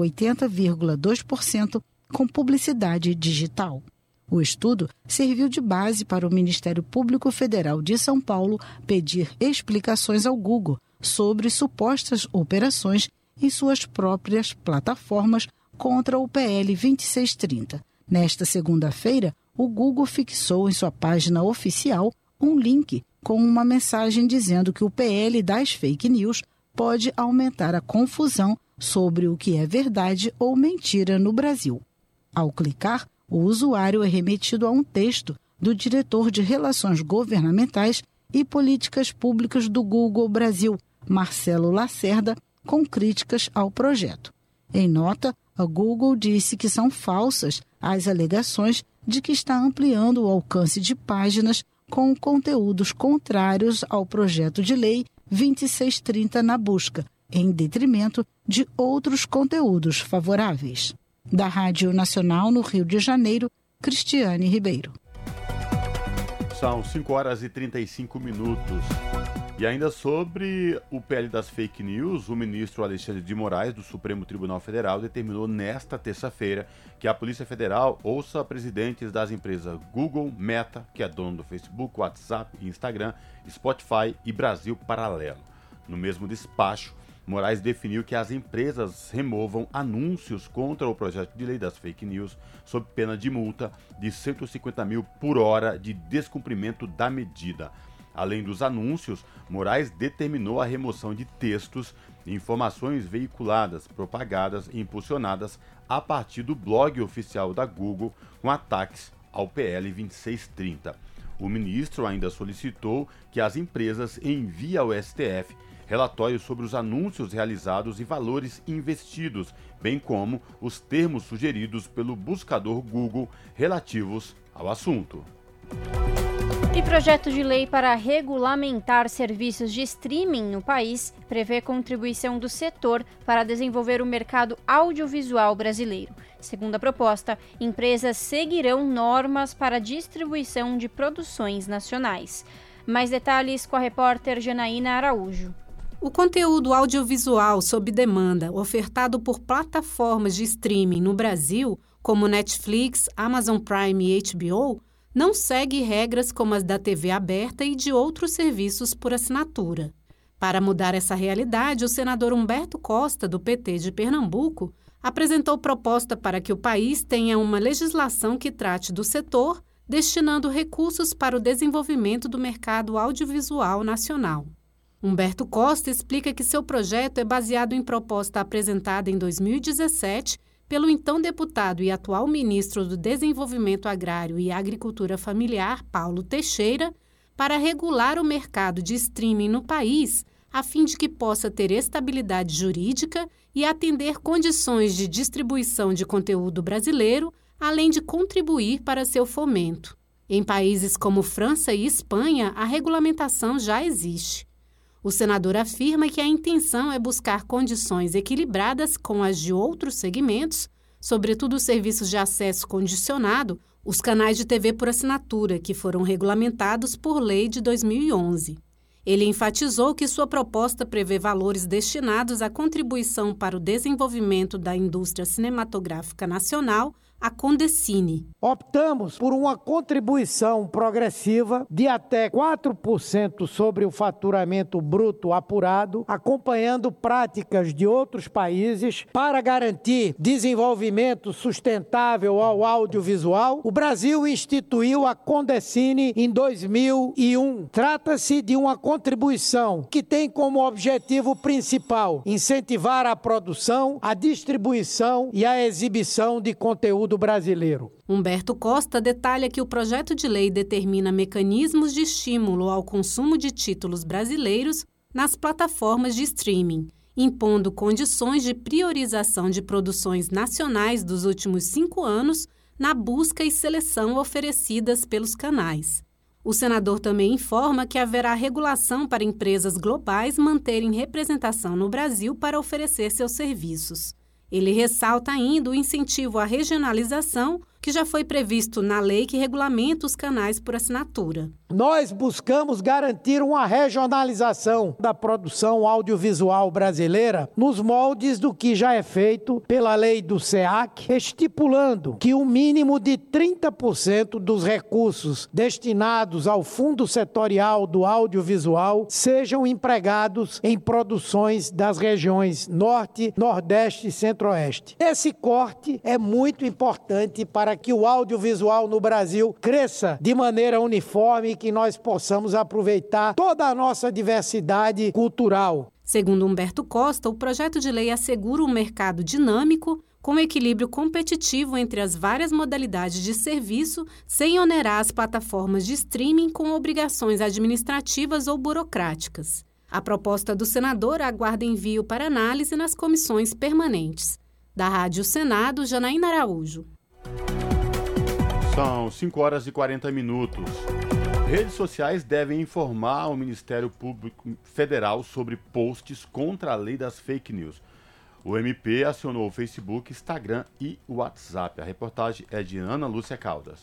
80,2% com publicidade digital. O estudo serviu de base para o Ministério Público Federal de São Paulo pedir explicações ao Google sobre supostas operações em suas próprias plataformas contra o PL 2630. Nesta segunda-feira, o Google fixou em sua página oficial um link com uma mensagem dizendo que o PL das fake news pode aumentar a confusão sobre o que é verdade ou mentira no Brasil. Ao clicar, o usuário é remetido a um texto do diretor de Relações Governamentais e Políticas Públicas do Google Brasil, Marcelo Lacerda, com críticas ao projeto. Em nota, a Google disse que são falsas as alegações de que está ampliando o alcance de páginas com conteúdos contrários ao projeto de lei 2630 na busca, em detrimento de outros conteúdos favoráveis. Da Rádio Nacional no Rio de Janeiro, Cristiane Ribeiro. São 5 horas e 35 minutos. E ainda sobre o PL das fake news, o ministro Alexandre de Moraes, do Supremo Tribunal Federal, determinou nesta terça-feira que a Polícia Federal ouça presidentes das empresas Google, Meta, que é dono do Facebook, WhatsApp, Instagram, Spotify e Brasil Paralelo. No mesmo despacho, Moraes definiu que as empresas removam anúncios contra o projeto de lei das fake news sob pena de multa de 150 mil por hora de descumprimento da medida. Além dos anúncios, Moraes determinou a remoção de textos e informações veiculadas, propagadas e impulsionadas a partir do blog oficial da Google com ataques ao PL 2630. O ministro ainda solicitou que as empresas enviem ao STF relatórios sobre os anúncios realizados e valores investidos, bem como os termos sugeridos pelo buscador Google relativos ao assunto. E projeto de lei para regulamentar serviços de streaming no país prevê contribuição do setor para desenvolver o mercado audiovisual brasileiro. Segundo a proposta, empresas seguirão normas para distribuição de produções nacionais. Mais detalhes com a repórter Janaína Araújo. O conteúdo audiovisual sob demanda ofertado por plataformas de streaming no Brasil, como Netflix, Amazon Prime e HBO, não segue regras como as da TV aberta e de outros serviços por assinatura. Para mudar essa realidade, o senador Humberto Costa, do PT de Pernambuco, apresentou proposta para que o país tenha uma legislação que trate do setor, destinando recursos para o desenvolvimento do mercado audiovisual nacional. Humberto Costa explica que seu projeto é baseado em proposta apresentada em 2017 pelo então deputado e atual ministro do Desenvolvimento Agrário e Agricultura Familiar, Paulo Teixeira, para regular o mercado de streaming no país, a fim de que possa ter estabilidade jurídica e atender condições de distribuição de conteúdo brasileiro, além de contribuir para seu fomento. Em países como França e Espanha, a regulamentação já existe. O senador afirma que a intenção é buscar condições equilibradas com as de outros segmentos, sobretudo os serviços de acesso condicionado, os canais de TV por assinatura, que foram regulamentados por lei de 2011. Ele enfatizou que sua proposta prevê valores destinados à contribuição para o desenvolvimento da indústria cinematográfica nacional, a Condecine. Optamos por uma contribuição progressiva de até 4% sobre o faturamento bruto apurado, acompanhando práticas de outros países para garantir desenvolvimento sustentável ao audiovisual. O Brasil instituiu a Condecine em 2001. Trata-se de uma contribuição que tem como objetivo principal incentivar a produção, a distribuição e a exibição de conteúdo brasileiro. Humberto Costa detalha que o projeto de lei determina mecanismos de estímulo ao consumo de títulos brasileiros nas plataformas de streaming, impondo condições de priorização de produções nacionais dos últimos 5 anos na busca e seleção oferecidas pelos canais. O senador também informa que haverá regulação para empresas globais manterem representação no Brasil para oferecer seus serviços. Ele ressalta ainda o incentivo à regionalização, que já foi previsto na lei que regulamenta os canais por assinatura. Nós buscamos garantir uma regionalização da produção audiovisual brasileira nos moldes do que já é feito pela lei do SEAC, estipulando que o mínimo de 30% dos recursos destinados ao Fundo Setorial do Audiovisual sejam empregados em produções das regiões Norte, Nordeste e Centro-Oeste. Esse corte é muito importante para que o audiovisual no Brasil cresça de maneira uniforme e que nós possamos aproveitar toda a nossa diversidade cultural. Segundo Humberto Costa, o projeto de lei assegura um mercado dinâmico, com equilíbrio competitivo entre as várias modalidades de serviço, sem onerar as plataformas de streaming com obrigações administrativas ou burocráticas. A proposta do senador aguarda envio para análise nas comissões permanentes. Da Rádio Senado, Janaína Araújo. São 5 horas e 40 minutos. Redes sociais devem informar o Ministério Público Federal sobre posts contra a lei das fake news. O MP acionou o Facebook, Instagram e WhatsApp. A reportagem é de Ana Lúcia Caldas.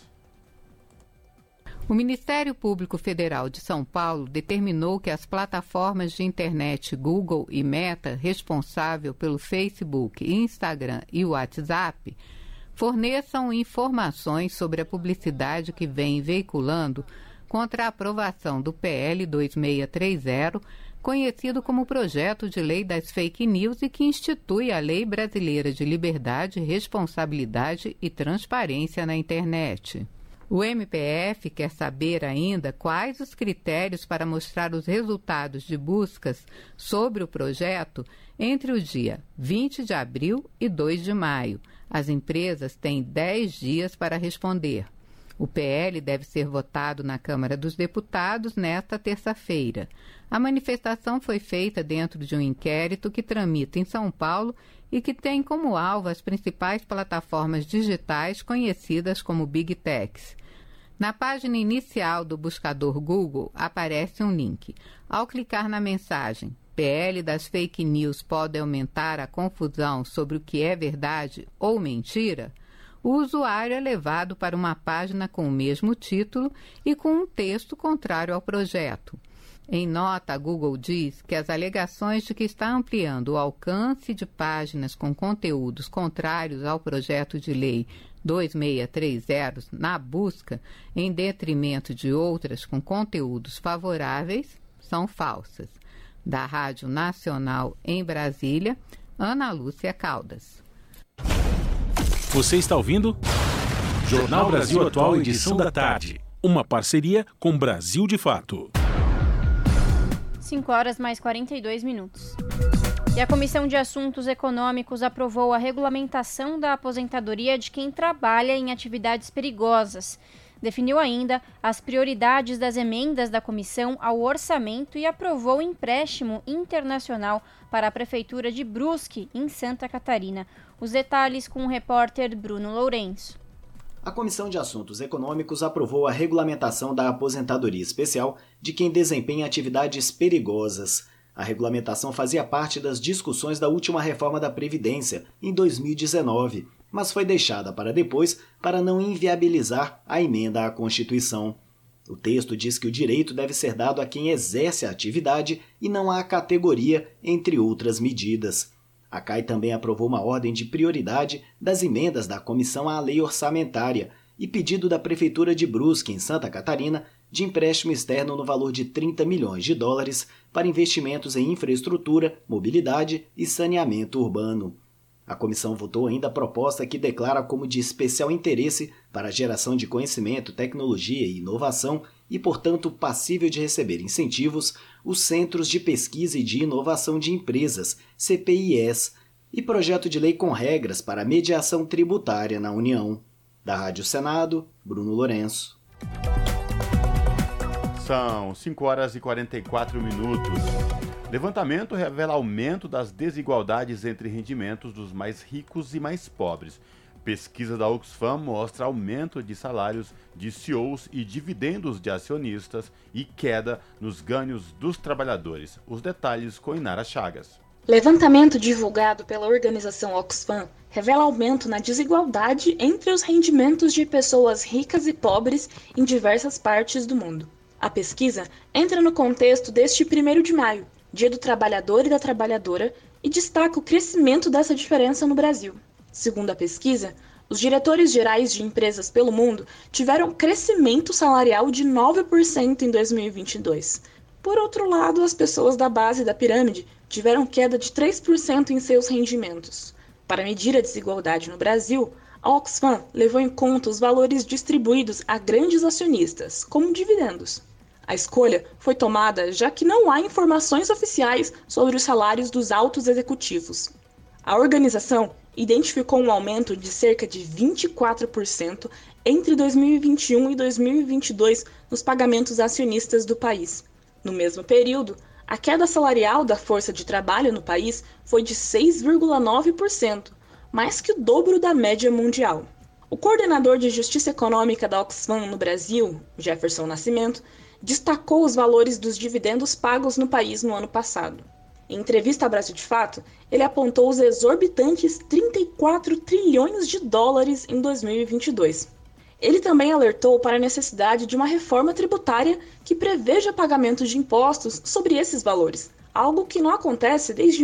O Ministério Público Federal de São Paulo determinou que as plataformas de internet Google e Meta, responsável pelo Facebook, Instagram e WhatsApp, forneçam informações sobre a publicidade que vem veiculando contra a aprovação do PL 2630, conhecido como Projeto de Lei das Fake News e que institui a Lei Brasileira de Liberdade, Responsabilidade e Transparência na Internet. O MPF quer saber ainda quais os critérios para mostrar os resultados de buscas sobre o projeto entre o dia 20 de abril e 2 de maio. As empresas têm 10 dias para responder. O PL deve ser votado na Câmara dos Deputados nesta terça-feira. A manifestação foi feita dentro de um inquérito que tramita em São Paulo e que tem como alvo as principais plataformas digitais conhecidas como Big Techs. Na página inicial do buscador Google aparece um link. Ao clicar na mensagem PL das fake news pode aumentar a confusão sobre o que é verdade ou mentira, o usuário é levado para uma página com o mesmo título e com um texto contrário ao projeto. Em nota, a Google diz que as alegações de que está ampliando o alcance de páginas com conteúdos contrários ao projeto de lei 2630 na busca, em detrimento de outras com conteúdos favoráveis, são falsas. Da Rádio Nacional em Brasília, Ana Lúcia Caldas. Você está ouvindo? Jornal Brasil Atual, edição da tarde. Uma parceria com Brasil de Fato. 5 horas mais 42 minutos. E a Comissão de Assuntos Econômicos aprovou a regulamentação da aposentadoria de quem trabalha em atividades perigosas. Definiu ainda as prioridades das emendas da comissão ao orçamento e aprovou o empréstimo internacional para a Prefeitura de Brusque, em Santa Catarina. Os detalhes com o repórter Bruno Lourenço. A Comissão de Assuntos Econômicos aprovou a regulamentação da aposentadoria especial de quem desempenha atividades perigosas. A regulamentação fazia parte das discussões da última reforma da Previdência, em 2019, mas foi deixada para depois para não inviabilizar a emenda à Constituição. O texto diz que o direito deve ser dado a quem exerce a atividade e não à categoria, entre outras medidas. A CAI também aprovou uma ordem de prioridade das emendas da Comissão à Lei Orçamentária e pedido da Prefeitura de Brusque, em Santa Catarina, de empréstimo externo no valor de $30 milhões para investimentos em infraestrutura, mobilidade e saneamento urbano. A comissão votou ainda a proposta que declara como de especial interesse para a geração de conhecimento, tecnologia e inovação e, portanto, passível de receber incentivos, os Centros de Pesquisa e de Inovação de Empresas, CPIs, e projeto de lei com regras para a mediação tributária na União. Da Rádio Senado, Bruno Lourenço. São 5 horas e 44 minutos. Levantamento revela aumento das desigualdades entre rendimentos dos mais ricos e mais pobres. Pesquisa da Oxfam mostra aumento de salários de CEOs e dividendos de acionistas e queda nos ganhos dos trabalhadores. Os detalhes com Inara Chagas. Levantamento divulgado pela organização Oxfam revela aumento na desigualdade entre os rendimentos de pessoas ricas e pobres em diversas partes do mundo. A pesquisa entra no contexto deste 1º de maio, Dia do Trabalhador e da Trabalhadora, e destaca o crescimento dessa diferença no Brasil. Segundo a pesquisa, os diretores gerais de empresas pelo mundo tiveram crescimento salarial de 9% em 2022. Por outro lado, as pessoas da base da pirâmide tiveram queda de 3% em seus rendimentos. Para medir a desigualdade no Brasil, a Oxfam levou em conta os valores distribuídos a grandes acionistas, como dividendos. A escolha foi tomada já que não há informações oficiais sobre os salários dos altos executivos. A organização identificou um aumento de cerca de 24% entre 2021 e 2022 nos pagamentos acionistas do país. No mesmo período, a queda salarial da força de trabalho no país foi de 6,9%, mais que o dobro da média mundial. O coordenador de Justiça Econômica da Oxfam no Brasil, Jefferson Nascimento, destacou os valores dos dividendos pagos no país no ano passado. Em entrevista à Brasil de Fato, ele apontou os exorbitantes 34 trilhões de dólares em 2022. Ele também alertou para a necessidade de uma reforma tributária que preveja pagamento de impostos sobre esses valores, algo que não acontece desde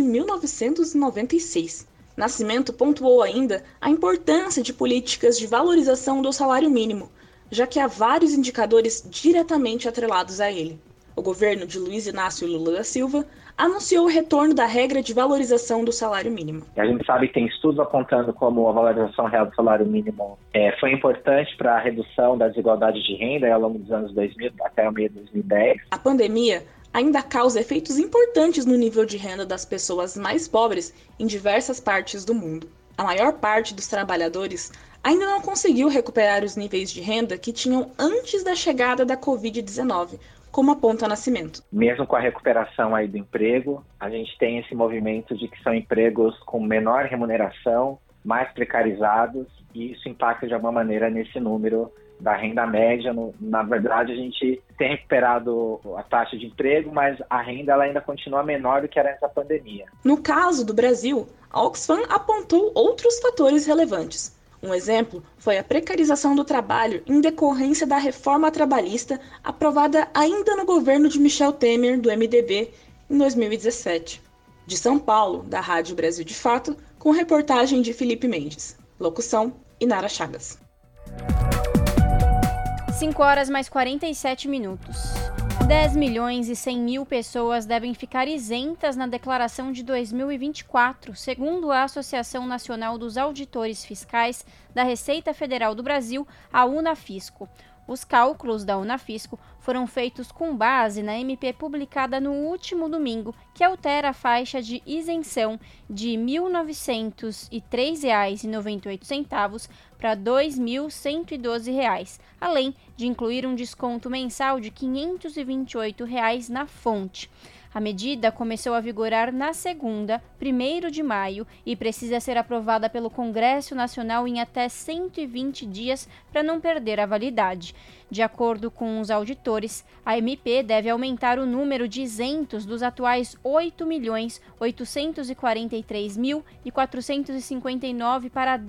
1996. Nascimento pontuou ainda a importância de políticas de valorização do salário mínimo, já que há vários indicadores diretamente atrelados a ele. O governo de Luiz Inácio Lula da Silva anunciou o retorno da regra de valorização do salário mínimo. A gente sabe que tem estudos apontando como a valorização real do salário mínimo foi importante para a redução da desigualdade de renda ao longo dos anos 2000 até o meio de 2010. A pandemia ainda causa efeitos importantes no nível de renda das pessoas mais pobres em diversas partes do mundo. A maior parte dos trabalhadores ainda não conseguiu recuperar os níveis de renda que tinham antes da chegada da Covid-19, como aponta Nascimento. Mesmo com a recuperação aí do emprego, a gente tem esse movimento de que são empregos com menor remuneração, mais precarizados, e isso impacta de alguma maneira nesse número da renda média. Na verdade, a gente tem recuperado a taxa de emprego, mas a renda ela ainda continua menor do que era antes da pandemia. No caso do Brasil, a Oxfam apontou outros fatores relevantes. Um exemplo foi a precarização do trabalho em decorrência da reforma trabalhista aprovada ainda no governo de Michel Temer, do MDB, em 2017. De São Paulo, da Rádio Brasil de Fato, com reportagem de Felipe Mendes. Locução, Inara Chagas. 5h mais 47. 10 milhões e 100 mil pessoas devem ficar isentas na declaração de 2024, segundo a Associação Nacional dos Auditores Fiscais da Receita Federal do Brasil, a Unafisco. Os cálculos da Unafisco foram feitos com base na MP publicada no último domingo, que altera a faixa de isenção de R$ 1.903,98 para R$ 2.112, além de incluir um desconto mensal de R$ 528 na fonte. A medida começou a vigorar na segunda, 1º de maio, e precisa ser aprovada pelo Congresso Nacional em até 120 dias para não perder a validade. De acordo com os auditores, a MP deve aumentar o número de isentos dos atuais 8.843.459 para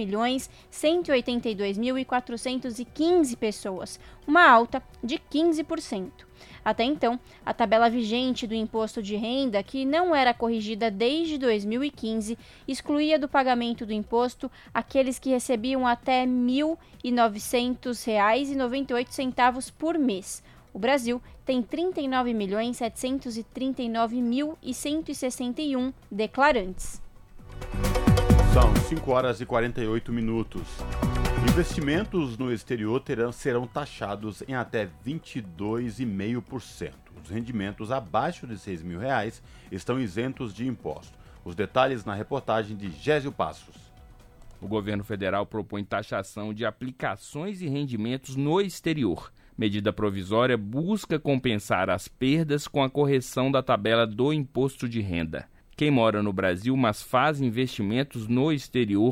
10.182.415 pessoas, uma alta de 15%. Até então, a tabela vigente do imposto de renda, que não era corrigida desde 2015, excluía do pagamento do imposto aqueles que recebiam até R$ 1.900,98 por mês. O Brasil tem 39.739.161 declarantes. São 5h48. Investimentos no exterior serão taxados em até 22,5%. Os rendimentos abaixo de R$ 6.000 estão isentos de imposto. Os detalhes na reportagem de Gésio Passos. O governo federal propõe taxação de aplicações e rendimentos no exterior. Medida provisória busca compensar as perdas com a correção da tabela do imposto de renda. Quem mora no Brasil, mas faz investimentos no exterior,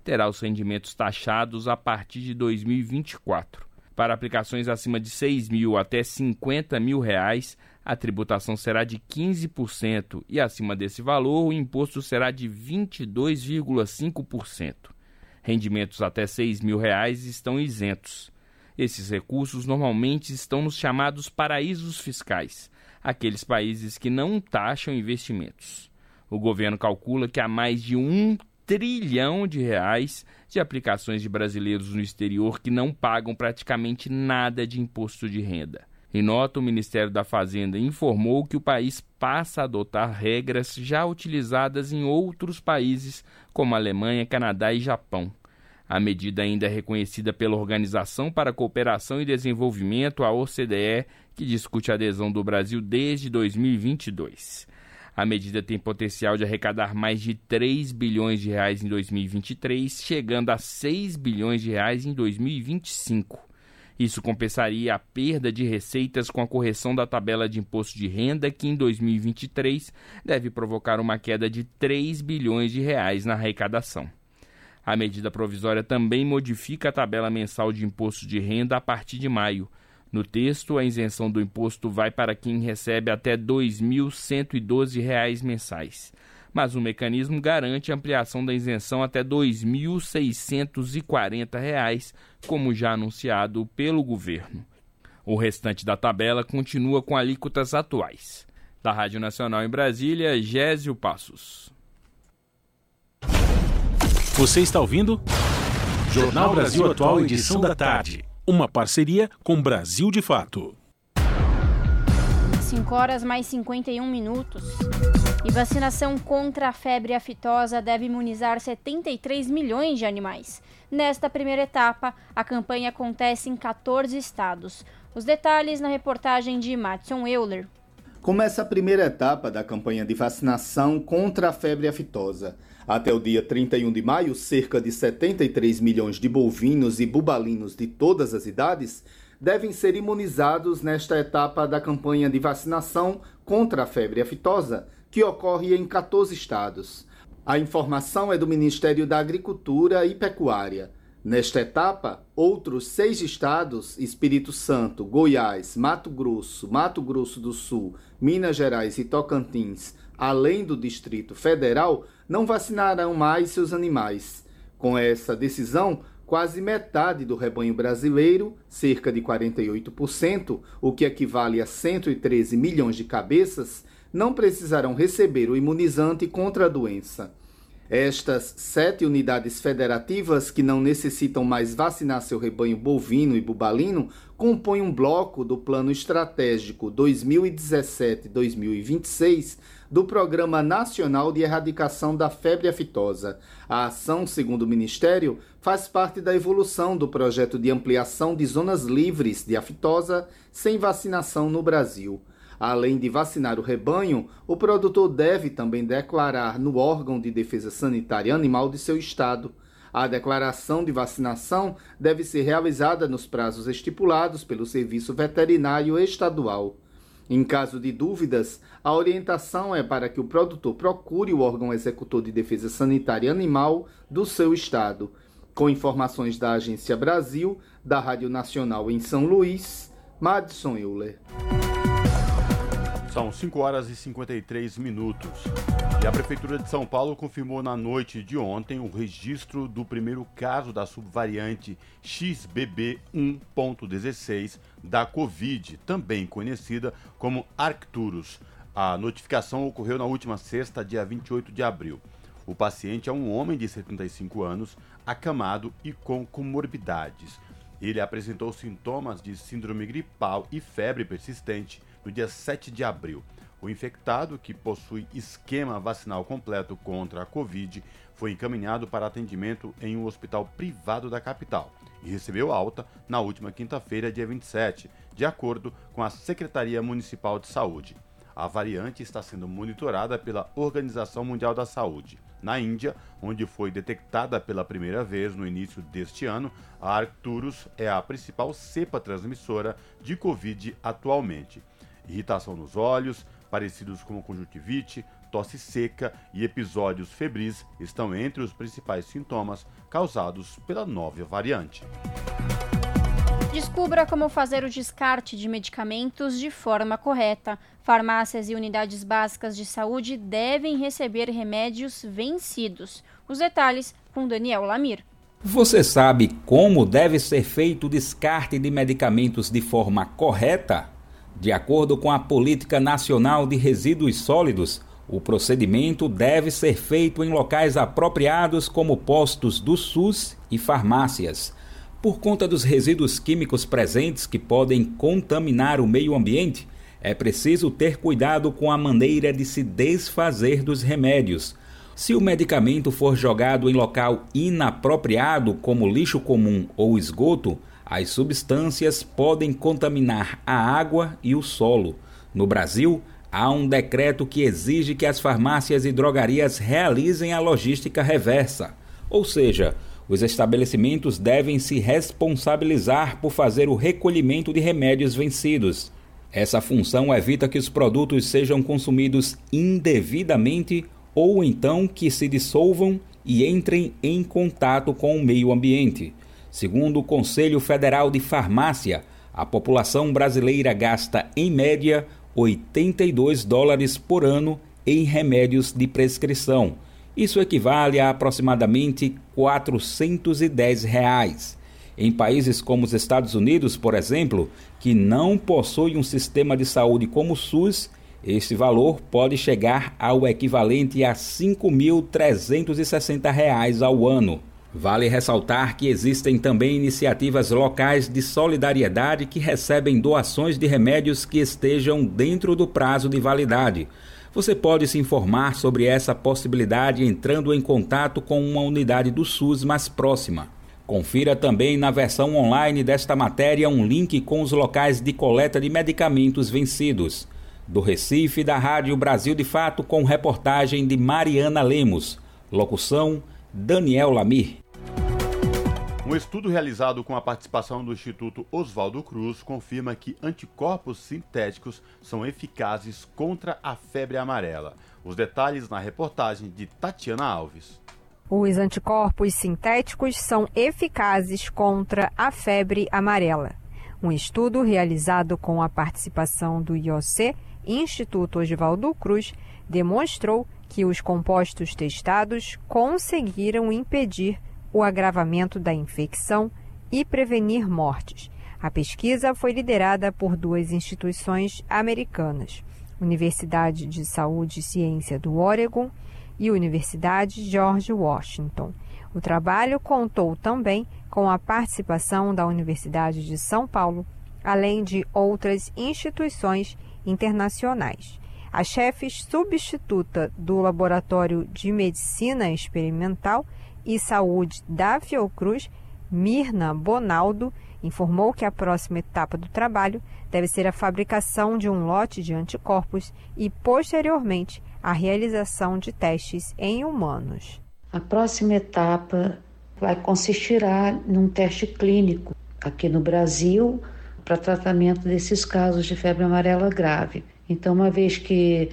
terá os rendimentos taxados a partir de 2024. Para aplicações acima de R$ 6.000 até R$ 50.000, a tributação será de 15% e acima desse valor o imposto será de 22,5%. Rendimentos até R$ 6.000 estão isentos. Esses recursos normalmente estão nos chamados paraísos fiscais, aqueles países que não taxam investimentos. O governo calcula que há mais de R$ 1 trilhão de aplicações de brasileiros no exterior que não pagam praticamente nada de imposto de renda. Em nota, o Ministério da Fazenda informou que o país passa a adotar regras já utilizadas em outros países, como Alemanha, Canadá e Japão. A medida ainda é reconhecida pela Organização para a Cooperação e Desenvolvimento, a OCDE, que discute a adesão do Brasil desde 2022. A medida tem potencial de arrecadar mais de R$ 3 bilhões em 2023, chegando a R$ 6 bilhões em 2025. Isso compensaria a perda de receitas com a correção da tabela de imposto de renda, que em 2023 deve provocar uma queda de R$ 3 bilhões na arrecadação. A medida provisória também modifica a tabela mensal de imposto de renda a partir de maio. No texto, a isenção do imposto vai para quem recebe até R$ 2.112 mensais. Mas o mecanismo garante a ampliação da isenção até R$ 2.640, como já anunciado pelo governo. O restante da tabela continua com alíquotas atuais. Da Rádio Nacional em Brasília, Gésio Passos. Você está ouvindo? Jornal Brasil Atual, edição da tarde. Uma parceria com Brasil de Fato. 5 horas mais 51 minutos. E vacinação contra a febre aftosa deve imunizar 73 milhões de animais. Nesta primeira etapa, a campanha acontece em 14 estados. Os detalhes na reportagem de Madison Euler. Começa a primeira etapa da campanha de vacinação contra a febre aftosa. Até o dia 31 de maio, cerca de 73 milhões de bovinos e bubalinos de todas as idades devem ser imunizados nesta etapa da campanha de vacinação contra a febre aftosa, que ocorre em 14 estados. A informação é do Ministério da Agricultura e Pecuária. Nesta etapa, outros 6 estados, Espírito Santo, Goiás, Mato Grosso do Sul, Minas Gerais e Tocantins, além do Distrito Federal, não vacinarão mais seus animais. Com essa decisão, quase metade do rebanho brasileiro, cerca de 48%, o que equivale a 113 milhões de cabeças, não precisarão receber o imunizante contra a doença. Estas 7 unidades federativas que não necessitam mais vacinar seu rebanho bovino e bubalino compõem um bloco do Plano Estratégico 2017-2026 do Programa Nacional de Erradicação da Febre Aftosa. A ação, segundo o Ministério, faz parte da evolução do projeto de ampliação de zonas livres de aftosa sem vacinação no Brasil. Além de vacinar o rebanho, o produtor deve também declarar no órgão de defesa sanitária animal de seu estado. A declaração de vacinação deve ser realizada nos prazos estipulados pelo Serviço Veterinário Estadual. Em caso de dúvidas, a orientação é para que o produtor procure o órgão executor de defesa sanitária animal do seu estado. Com informações da Agência Brasil, da Rádio Nacional em São Luís, Madison Euler. São 5 horas e 53 minutos. E a Prefeitura de São Paulo confirmou na noite de ontem o registro do primeiro caso da subvariante XBB 1.16 da Covid, também conhecida como Arcturus. A notificação ocorreu na última sexta, dia 28 de abril. O paciente é um homem de 75 anos, acamado e com comorbidades. Ele apresentou sintomas de síndrome gripal e febre persistente no dia 7 de abril. O infectado, que possui esquema vacinal completo contra a Covid, foi encaminhado para atendimento em um hospital privado da capital e recebeu alta na última quinta-feira, dia 27, de acordo com a Secretaria Municipal de Saúde. A variante está sendo monitorada pela Organização Mundial da Saúde. Na Índia, onde foi detectada pela primeira vez no início deste ano, a Arcturus é a principal cepa transmissora de Covid atualmente. Irritação nos olhos, parecidos com conjuntivite, tosse seca e episódios febris estão entre os principais sintomas causados pela nova variante. Descubra como fazer o descarte de medicamentos de forma correta. Farmácias e unidades básicas de saúde devem receber remédios vencidos. Os detalhes com Daniel Lamir. Você sabe como deve ser feito o descarte de medicamentos de forma correta? De acordo com a Política Nacional de Resíduos Sólidos, o procedimento deve ser feito em locais apropriados como postos do SUS e farmácias. Por conta dos resíduos químicos presentes que podem contaminar o meio ambiente, é preciso ter cuidado com a maneira de se desfazer dos remédios. Se o medicamento for jogado em local inapropriado, como lixo comum ou esgoto, as substâncias podem contaminar a água e o solo. No Brasil, há um decreto que exige que as farmácias e drogarias realizem a logística reversa, ou seja, os estabelecimentos devem se responsabilizar por fazer o recolhimento de remédios vencidos. Essa função evita que os produtos sejam consumidos indevidamente ou então que se dissolvam e entrem em contato com o meio ambiente. Segundo o Conselho Federal de Farmácia, a população brasileira gasta, em média, $82 por ano em remédios de prescrição. Isso equivale a aproximadamente R$410. Em países como os Estados Unidos, por exemplo, que não possuem um sistema de saúde como o SUS, este valor pode chegar ao equivalente a R$5.360 ao ano. Vale ressaltar que existem também iniciativas locais de solidariedade que recebem doações de remédios que estejam dentro do prazo de validade. Você pode se informar sobre essa possibilidade entrando em contato com uma unidade do SUS mais próxima. Confira também na versão online desta matéria um link com os locais de coleta de medicamentos vencidos. Do Recife, da Rádio Brasil de Fato, com reportagem de Mariana Lemos. Locução, Daniel Lamir. Um estudo realizado com a participação do Instituto Oswaldo Cruz confirma que anticorpos sintéticos são eficazes contra a febre amarela. Os detalhes na reportagem de Tatiana Alves. Os anticorpos sintéticos são eficazes contra a febre amarela. Um estudo realizado com a participação do IOC, Instituto Oswaldo Cruz, demonstrou que os compostos testados conseguiram impedir o agravamento da infecção e prevenir mortes. A pesquisa foi liderada por duas instituições americanas, Universidade de Saúde e Ciência do Oregon e Universidade George Washington. O trabalho contou também com a participação da Universidade de São Paulo, além de outras instituições internacionais. A chefe substituta do Laboratório de Medicina Experimental e Saúde da Fiocruz, Mirna Bonaldo, informou que a próxima etapa do trabalho deve ser a fabricação de um lote de anticorpos e, posteriormente, a realização de testes em humanos. A próxima etapa consistirá num teste clínico aqui no Brasil para tratamento desses casos de febre amarela grave. Então, uma vez que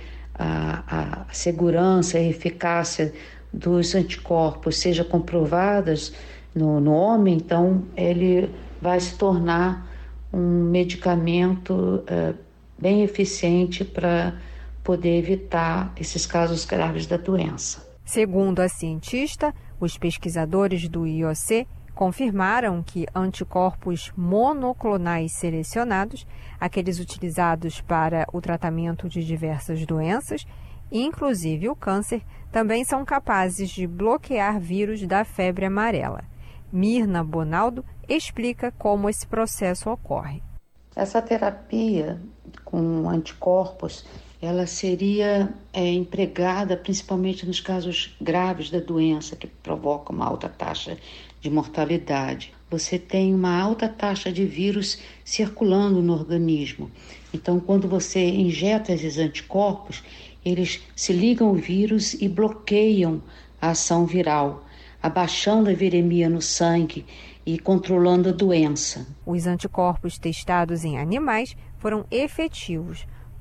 a segurança e a eficácia dos anticorpos seja comprovadas no homem, então ele vai se tornar um medicamento bem eficiente para poder evitar esses casos graves da doença. Segundo a cientista, os pesquisadores do IOC confirmaram que anticorpos monoclonais selecionados, aqueles utilizados para o tratamento de diversas doenças, inclusive o câncer, também são capazes de bloquear vírus da febre amarela. Mirna Bonaldo explica como esse processo ocorre. Essa terapia com anticorpos, ela seria empregada principalmente nos casos graves da doença, que provoca uma alta taxa de mortalidade. Você tem uma alta taxa de vírus circulando no organismo. Então, quando você injeta esses anticorpos, eles se ligam ao vírus e bloqueiam a ação viral, abaixando a viremia no sangue e controlando a doença. Os anticorpos testados em animais foram efetivos.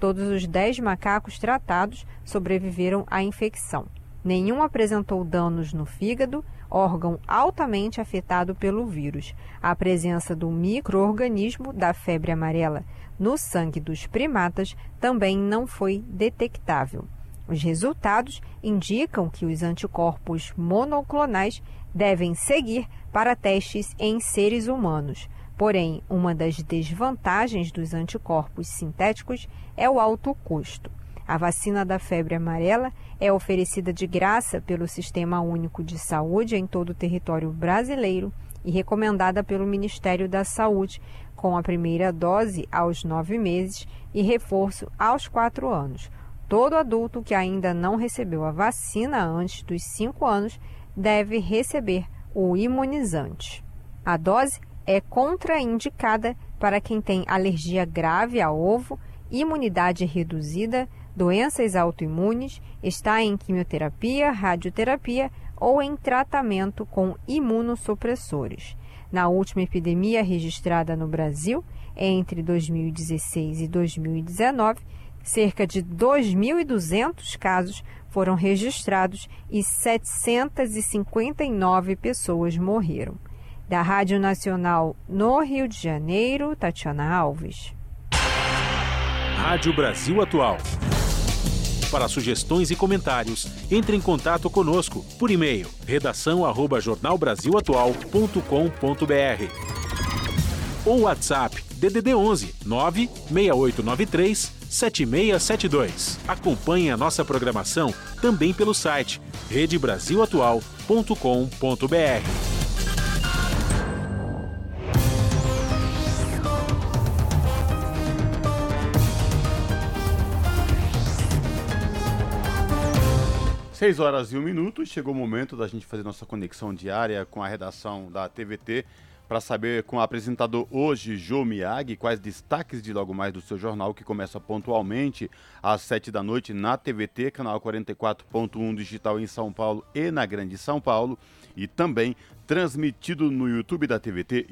Todos os 10 macacos tratados sobreviveram à infecção. Nenhum apresentou danos no fígado, órgão altamente afetado pelo vírus. A presença do micro-organismo da febre amarela no sangue dos primatas também não foi detectável. Os resultados indicam que os anticorpos monoclonais devem seguir para testes em seres humanos. Porém, uma das desvantagens dos anticorpos sintéticos é o alto custo. A vacina da febre amarela é oferecida de graça pelo Sistema Único de Saúde em todo o território brasileiro e recomendada pelo Ministério da Saúde, com a primeira dose aos 9 meses e reforço aos 4 anos. Todo adulto que ainda não recebeu a vacina antes dos 5 anos deve receber o imunizante. A dose é contraindicada para quem tem alergia grave a ovo, imunidade reduzida, doenças autoimunes, está em quimioterapia, radioterapia ou em tratamento com imunossupressores. Na última epidemia registrada no Brasil, entre 2016 e 2019, cerca de 2.200 casos foram registrados e 759 pessoas morreram. Da Rádio Nacional no Rio de Janeiro, Tatiana Alves. Rádio Brasil Atual. Para sugestões e comentários, entre em contato conosco por e-mail redação@jornalbrasilatual.com.br ou WhatsApp DDD 11 96893 7672. Acompanhe a nossa programação também pelo site redebrasilatual.com.br. Seis horas e 1 minuto, chegou o momento da gente fazer nossa conexão diária com a redação da TVT para saber com o apresentador hoje, Jô Miyagi, quais destaques de logo mais do seu jornal, que começa pontualmente às 7 da noite na TVT, canal 44.1 digital em São Paulo e na Grande São Paulo, e também transmitido no YouTube da TVT,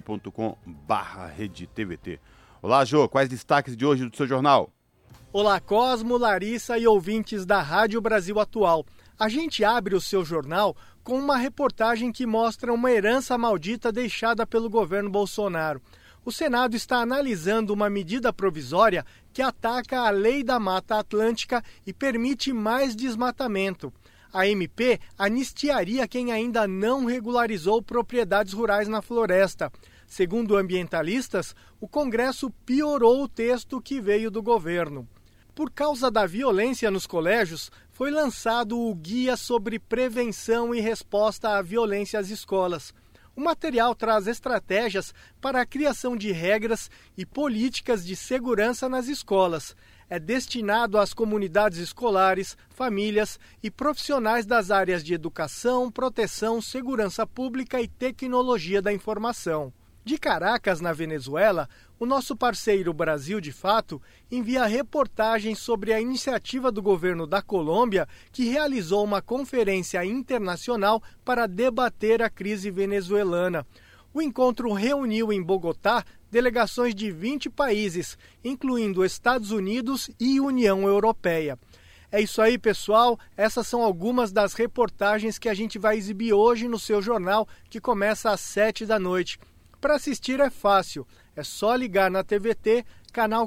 youtube.com/redetvt. Olá, Jô, quais destaques de hoje do seu jornal? Olá, Cosmo, Larissa e ouvintes da Rádio Brasil Atual. A gente abre o seu jornal com uma reportagem que mostra uma herança maldita deixada pelo governo Bolsonaro. O Senado está analisando uma medida provisória que ataca a Lei da Mata Atlântica e permite mais desmatamento. A MP anistiaria quem ainda não regularizou propriedades rurais na floresta. Segundo ambientalistas, o Congresso piorou o texto que veio do governo. Por causa da violência nos colégios, foi lançado o Guia sobre Prevenção e Resposta à Violência às Escolas. O material traz estratégias para a criação de regras e políticas de segurança nas escolas. É destinado às comunidades escolares, famílias e profissionais das áreas de educação, proteção, segurança pública e tecnologia da informação. De Caracas, na Venezuela, o nosso parceiro Brasil de Fato envia reportagens sobre a iniciativa do governo da Colômbia, que realizou uma conferência internacional para debater a crise venezuelana. O encontro reuniu em Bogotá delegações de 20 países, incluindo Estados Unidos e União Europeia. É isso aí, pessoal. Essas são algumas das reportagens que a gente vai exibir hoje no seu jornal, que começa às 7 da noite. Para assistir é fácil, é só ligar na TVT, canal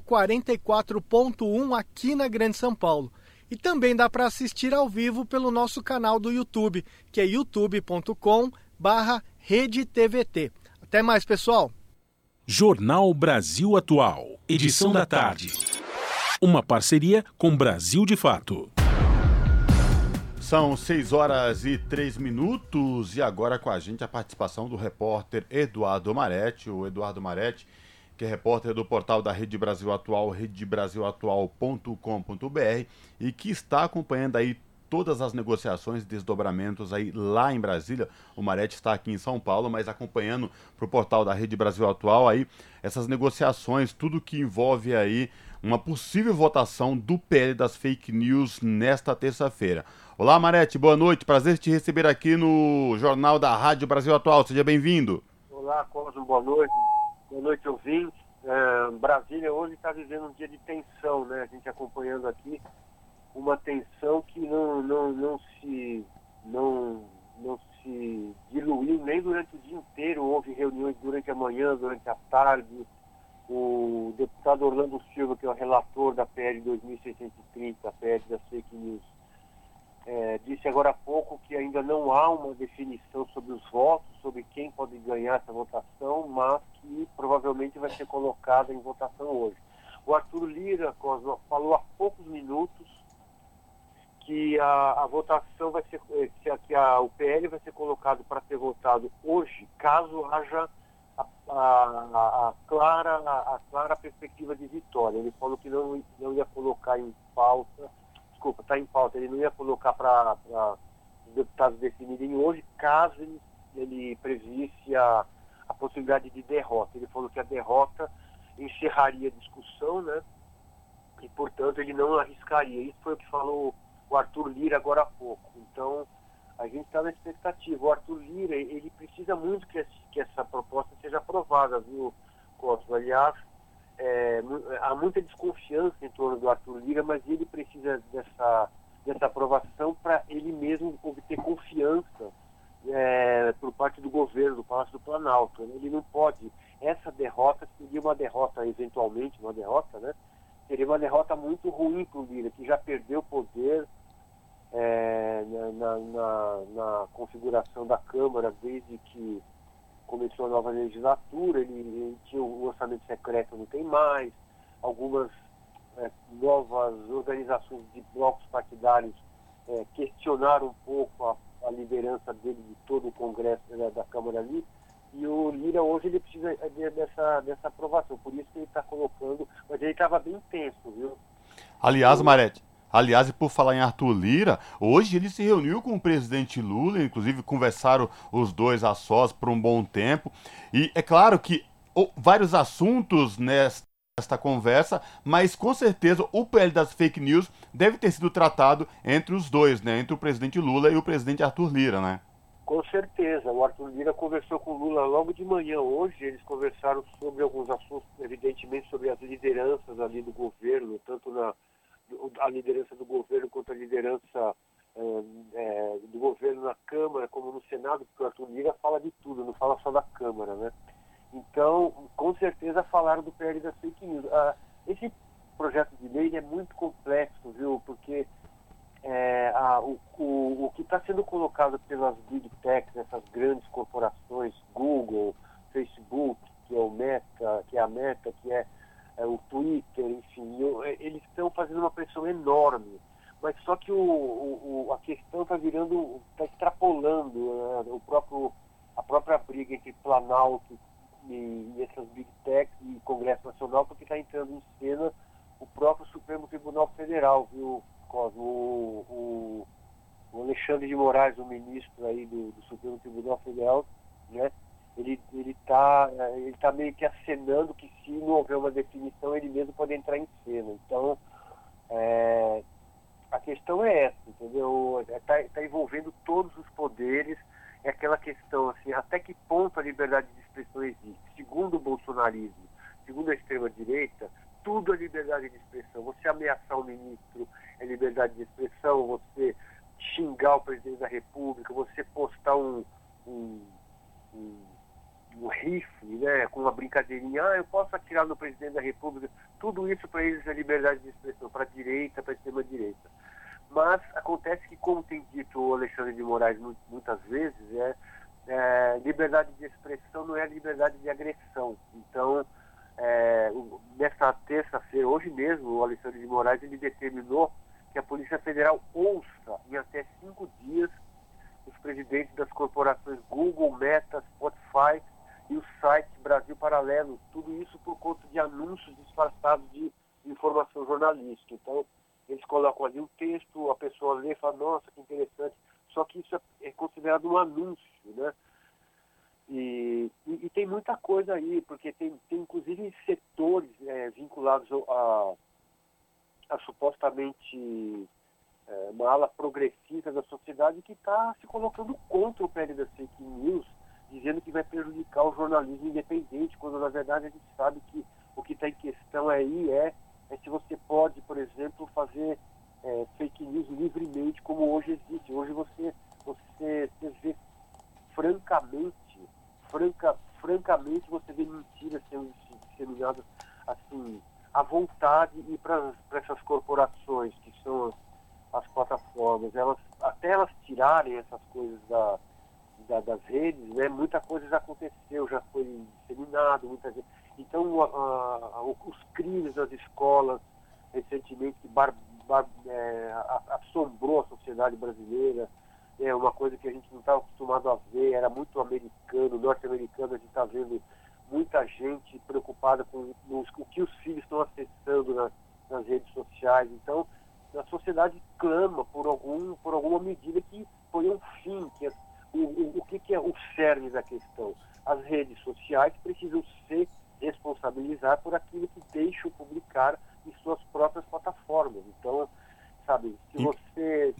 44.1 aqui na Grande São Paulo. E também dá para assistir ao vivo pelo nosso canal do YouTube, que é youtube.com/redetvt. Até mais, pessoal! Jornal Brasil Atual, edição da tarde. Uma parceria com Brasil de Fato. São 6 horas e 3 minutos e agora com a gente a participação do repórter Eduardo Maretti. O Eduardo Maretti, que é repórter do portal da Rede Brasil Atual, redebrasilatual.com.br, e que está acompanhando aí todas as negociações, desdobramentos aí lá em Brasília. O Maretti está aqui em São Paulo, mas acompanhando para o portal da Rede Brasil Atual aí essas negociações, tudo que envolve aí uma possível votação do PL das fake news nesta terça-feira. Olá, Maretti, boa noite, prazer te receber aqui no Jornal da Rádio Brasil Atual, seja bem-vindo. Olá, Cosmo, boa noite, ouvinte. Brasília hoje está vivendo um dia de tensão, né? A gente acompanhando aqui uma tensão que não se diluiu nem durante o dia inteiro. Houve reuniões durante a manhã, durante a tarde. O deputado Orlando Silva, que é o relator da PL 2630, a PL das fake news, disse agora há pouco que ainda não há uma definição sobre os votos, sobre quem pode ganhar essa votação, mas que provavelmente vai ser colocada em votação hoje. O Arthur Lira falou há poucos minutos que a votação vai ser, que o PL vai ser colocado para ser votado hoje, caso haja a clara perspectiva de vitória. Ele falou que não ia colocar em pauta, está em pauta, ele não ia colocar para os deputados definirem hoje, caso ele previsse a possibilidade de derrota. Ele falou que a derrota encerraria a discussão, né? E, portanto, ele não arriscaria. Isso foi o que falou o Arthur Lira agora há pouco. Então, a gente está na expectativa. O Arthur Lira, ele precisa muito que essa proposta seja aprovada, viu, Costa? Aliás, há muita desconfiança em torno do Arthur Lira, mas ele precisa dessa aprovação para ele mesmo obter confiança por parte do governo, do Palácio do Planalto. Ele não pode. Essa derrota seria uma derrota, eventualmente, uma derrota, né? Seria uma derrota muito ruim para o Lira, que já perdeu poder na configuração da Câmara desde que começou a nova legislatura. Ele tinha o orçamento secreto, não tem mais, algumas novas organizações de blocos partidários questionaram um pouco a liderança dele de todo o Congresso da Câmara ali, e o Lira hoje ele precisa dessa aprovação, por isso que ele está colocando, mas ele estava bem tenso, viu? Aliás, Marete, e por falar em Arthur Lira, hoje ele se reuniu com o presidente Lula, inclusive conversaram os dois a sós por um bom tempo, e é claro que vários assuntos nesta conversa, mas com certeza o PL das fake news deve ter sido tratado entre os dois, né? Entre o presidente Lula e o presidente Arthur Lira, né? Com certeza, o Arthur Lira conversou com o Lula logo de manhã hoje. Eles conversaram sobre alguns assuntos, evidentemente sobre as lideranças ali do governo, tanto a liderança do governo quanto a liderança do governo na Câmara, como no Senado, porque o Arthur Lira fala de tudo, não fala só da Câmara, né? Então, com certeza falaram do PL das fake news. Esse projeto de lei é muito complexo, viu? Porque o que está sendo colocado pelas big techs, essas grandes corporações, Google, Facebook, que é a Meta, que é o Twitter, enfim, eles estão fazendo uma pressão enorme. Mas só que a questão está extrapolando a própria briga entre Planalto e essas big techs e Congresso Nacional, porque está entrando em cena o próprio Supremo Tribunal Federal, viu, Cosmo? O Alexandre de Moraes, o ministro aí do Supremo Tribunal Federal, né? Ele tá meio que acenando que se não houver uma definição, ele mesmo pode entrar em cena. Então, a questão é essa, entendeu? Tá envolvendo todos os poderes. É aquela questão, assim, até que ponto a liberdade de expressão existe? Segundo o bolsonarismo, segundo a extrema-direita, tudo é liberdade de expressão. Você ameaçar o ministro é liberdade de expressão, você xingar o presidente da República, você postar um rifle, né, com uma brincadeirinha, eu posso atirar no presidente da República, tudo isso para eles é liberdade de expressão, para a direita, para a extrema-direita. Mas acontece que, como tem dito o Alexandre de Moraes muitas vezes, liberdade de expressão não é liberdade de agressão. Então, nessa terça-feira, hoje mesmo, o Alexandre de Moraes ele determinou que a Polícia Federal ouça em até 5 dias os presidentes das corporações Google, Meta, Spotify e o site Brasil Paralelo, tudo isso por conta de anúncios disfarçados de informação jornalística. Então, eles colocam ali um texto, a pessoa lê e fala, nossa, que interessante, só que isso é considerado um anúncio, né? E tem muita coisa aí, porque tem inclusive setores vinculados a supostamente uma ala progressista da sociedade que está se colocando contra o PL das fake news, dizendo que vai prejudicar o jornalismo independente, quando na verdade a gente sabe que O que está em questão aí é se você pode, por exemplo, fazer fake news livremente, como hoje existe. Hoje você vê francamente você vê mentiras sendo disseminadas assim, à vontade, e para essas corporações que são as plataformas, até elas tirarem essas coisas das redes, né, muita coisa já aconteceu, já foi disseminado, muita gente. Então, os crimes das escolas, recentemente, que assombrou a sociedade brasileira, é uma coisa que a gente não estava acostumado a ver, era muito americano, norte-americano. A gente está vendo muita gente preocupada com o que os filhos estão acessando nas redes sociais. Então, a sociedade clama por alguma medida que ponha um fim. O que é o cerne da questão? As redes sociais precisam se responsabilizar por aquilo que deixam publicar em suas próprias plataformas. Então, sabe, se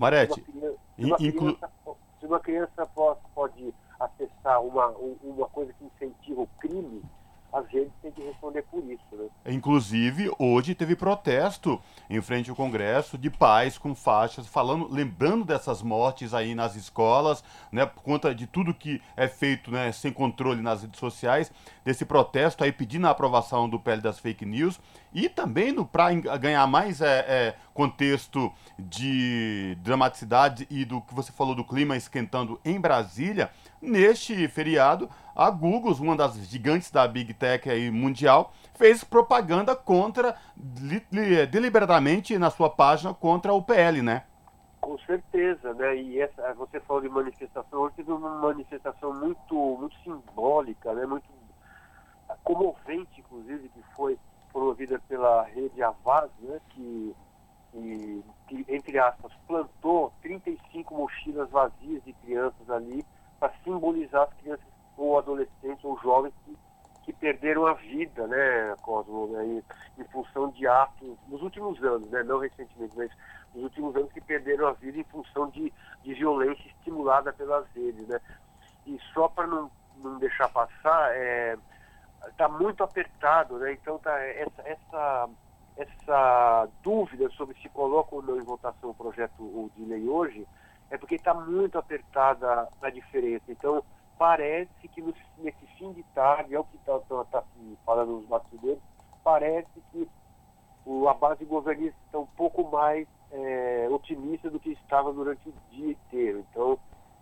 uma criança pode acessar uma coisa que incentiva o crime, as redes têm que responder por isso, né? Inclusive, hoje teve protesto em frente ao Congresso de pais com faixas lembrando dessas mortes aí nas escolas, né, por conta de tudo que é feito, né, sem controle nas redes sociais, desse protesto aí pedindo a aprovação do PL das fake news, e também para ganhar mais contexto de dramaticidade e do que você falou do clima esquentando em Brasília, neste feriado, a Google, uma das gigantes da Big Tech aí mundial, fez propaganda deliberadamente na sua página contra o PL, né? Com certeza, né? E você falou de manifestação, hoje teve uma manifestação muito simbólica, né? Muito comovente, inclusive, que foi promovida pela rede Havas, né? Que, entre aspas, plantou 35 mochilas vazias de crianças ali para simbolizar as crianças ou adolescentes ou jovens que perderam a vida, né, Cosmo, né, em função de atos, nos últimos anos, né, não recentemente, mas nos últimos anos, que perderam a vida em função de violência estimulada pelas redes, né. E só para não deixar passar, está muito apertado, né, então tá essa dúvida sobre se coloca ou não em votação o projeto de lei hoje, é porque está muito apertada a diferença. Então, parece que nesse fim de tarde, é o que está se falando nos bastidores, parece que a base governista está um pouco mais otimista do que estava durante o dia inteiro. Então,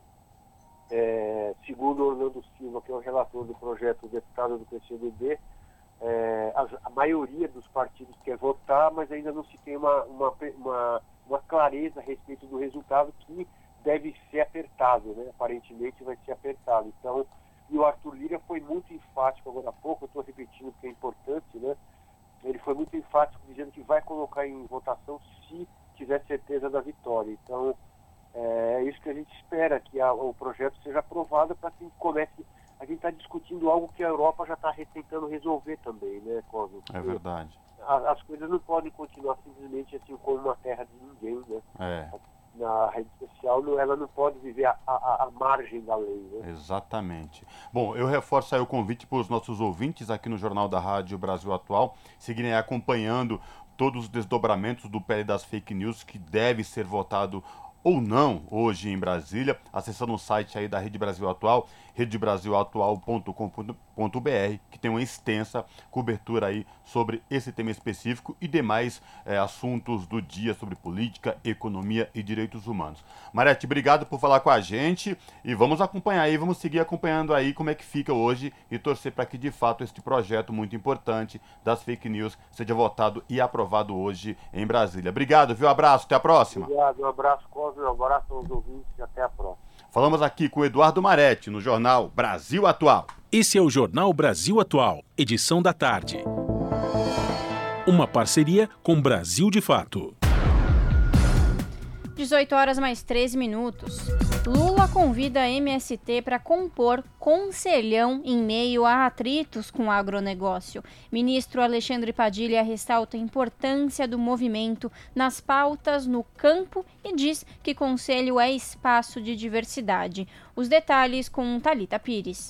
segundo Orlando Silva, que é o relator do projeto, o deputado do PCdoB, a maioria dos partidos quer votar, mas ainda não se tem uma clareza a respeito do resultado, que deve ser apertado, né? Aparentemente vai ser apertado. Então, e o Arthur Lira foi muito enfático agora há pouco, eu estou repetindo porque é importante, né? Ele foi muito enfático dizendo que vai colocar em votação se tiver certeza da vitória. Então, é isso que a gente espera, que o projeto seja aprovado para que comece. A gente está discutindo algo que a Europa já está tentando resolver também, né, Cosmo? É verdade. As coisas não podem continuar simplesmente assim como uma terra de ninguém, né? Na rede social, ela não pode viver à margem da lei, né? Exatamente. Bom, eu reforço aí o convite para os nossos ouvintes aqui no Jornal da Rádio Brasil Atual seguirem acompanhando todos os desdobramentos do PL das fake news, que deve ser votado ou não hoje em Brasília, acessando o site aí da Rede Brasil Atual, redebrasilatual.com.br, que tem uma extensa cobertura aí sobre esse tema específico e demais assuntos do dia sobre política, economia e direitos humanos. Marete, obrigado por falar com a gente e vamos acompanhar aí, vamos seguir acompanhando aí como é que fica hoje e torcer para que de fato este projeto muito importante das fake news seja votado e aprovado hoje em Brasília. Obrigado, viu? Abraço, até a próxima. Obrigado, um abraço, Cosme, um abraço aos ouvintes e até a próxima. Falamos aqui com o Eduardo Marete, no Jornal Brasil Atual. Esse é o Jornal Brasil Atual, edição da tarde. Uma parceria com Brasil de Fato. 18 horas mais 13 minutos. Lula convida a MST para compor conselhão em meio a atritos com o agronegócio. Ministro Alexandre Padilha ressalta a importância do movimento nas pautas no campo e diz que conselho é espaço de diversidade. Os detalhes com Thalita Pires.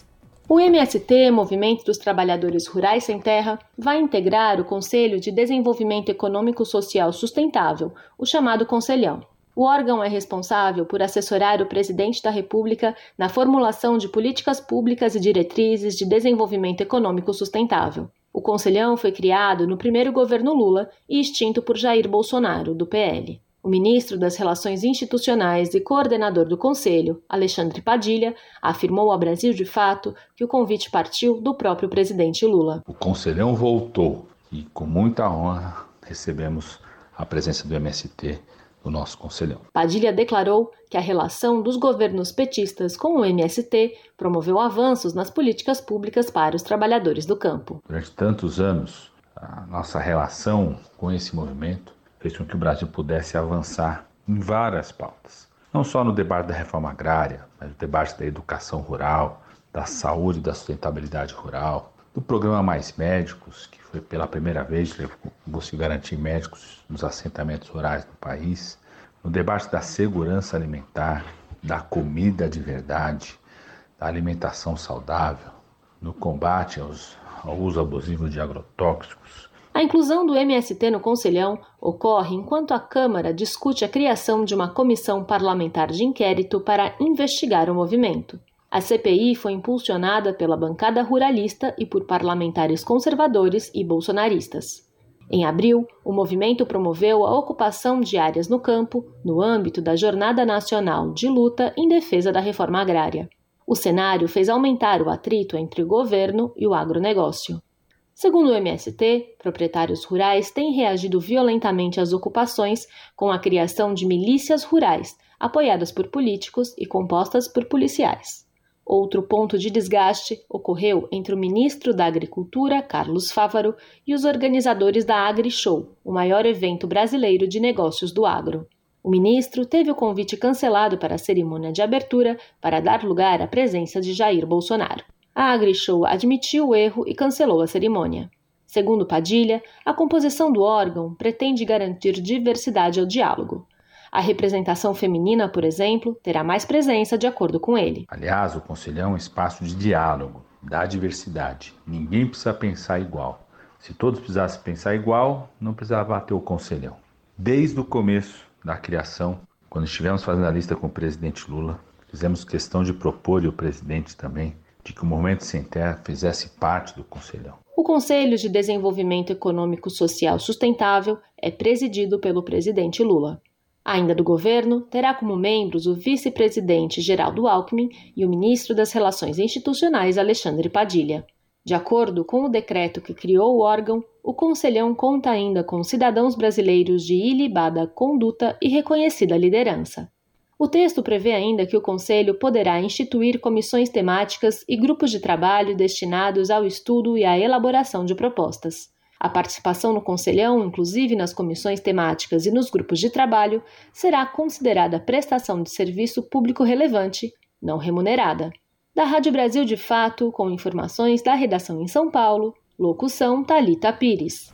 O MST, Movimento dos Trabalhadores Rurais Sem Terra, vai integrar o Conselho de Desenvolvimento Econômico Social Sustentável, o chamado Conselhão. O órgão é responsável por assessorar o presidente da República na formulação de políticas públicas e diretrizes de desenvolvimento econômico sustentável. O Conselhão foi criado no primeiro governo Lula e extinto por Jair Bolsonaro, do PL. O ministro das Relações Institucionais e coordenador do Conselho, Alexandre Padilha, afirmou ao Brasil de Fato que o convite partiu do próprio presidente Lula. O Conselhão voltou e, com muita honra, recebemos a presença do MST no nosso Conselhão. Padilha declarou que a relação dos governos petistas com o MST promoveu avanços nas políticas públicas para os trabalhadores do campo. Durante tantos anos, a nossa relação com esse movimento fez com que o Brasil pudesse avançar em várias pautas. Não só no debate da reforma agrária, mas no debate da educação rural, da saúde e da sustentabilidade rural, do programa Mais Médicos, que foi pela primeira vez que buscou garantir médicos nos assentamentos rurais do país, no debate da segurança alimentar, da comida de verdade, da alimentação saudável, no combate ao uso abusivo de agrotóxicos. A inclusão do MST no Conselhão ocorre enquanto a Câmara discute a criação de uma comissão parlamentar de inquérito para investigar o movimento. A CPI foi impulsionada pela bancada ruralista e por parlamentares conservadores e bolsonaristas. Em abril, o movimento promoveu a ocupação de áreas no campo, no âmbito da Jornada Nacional de Luta em Defesa da Reforma Agrária. O cenário fez aumentar o atrito entre o governo e o agronegócio. Segundo o MST, proprietários rurais têm reagido violentamente às ocupações com a criação de milícias rurais, apoiadas por políticos e compostas por policiais. Outro ponto de desgaste ocorreu entre o ministro da Agricultura, Carlos Fávaro, e os organizadores da AgriShow, o maior evento brasileiro de negócios do agro. O ministro teve o convite cancelado para a cerimônia de abertura para dar lugar à presença de Jair Bolsonaro. A AgriShow admitiu o erro e cancelou a cerimônia. Segundo Padilha, a composição do órgão pretende garantir diversidade ao diálogo. A representação feminina, por exemplo, terá mais presença de acordo com ele. Aliás, o Conselhão é um espaço de diálogo, da diversidade. Ninguém precisa pensar igual. Se todos precisassem pensar igual, não precisava ter o Conselhão. Desde o começo da criação, quando estivemos fazendo a lista com o presidente Lula, fizemos questão de propor, e o presidente também, de que o Movimento Sem Terra fizesse parte do Conselhão. O Conselho de Desenvolvimento Econômico Social Sustentável é presidido pelo presidente Lula. Ainda do governo, terá como membros o vice-presidente Geraldo Alckmin e o ministro das Relações Institucionais Alexandre Padilha. De acordo com o decreto que criou o órgão, o Conselhão conta ainda com cidadãos brasileiros de ilibada conduta e reconhecida liderança. O texto prevê ainda que o Conselho poderá instituir comissões temáticas e grupos de trabalho destinados ao estudo e à elaboração de propostas. A participação no Conselhão, inclusive nas comissões temáticas e nos grupos de trabalho, será considerada prestação de serviço público relevante, não remunerada. Da Rádio Brasil de Fato, com informações da redação em São Paulo, locução Thalita Pires.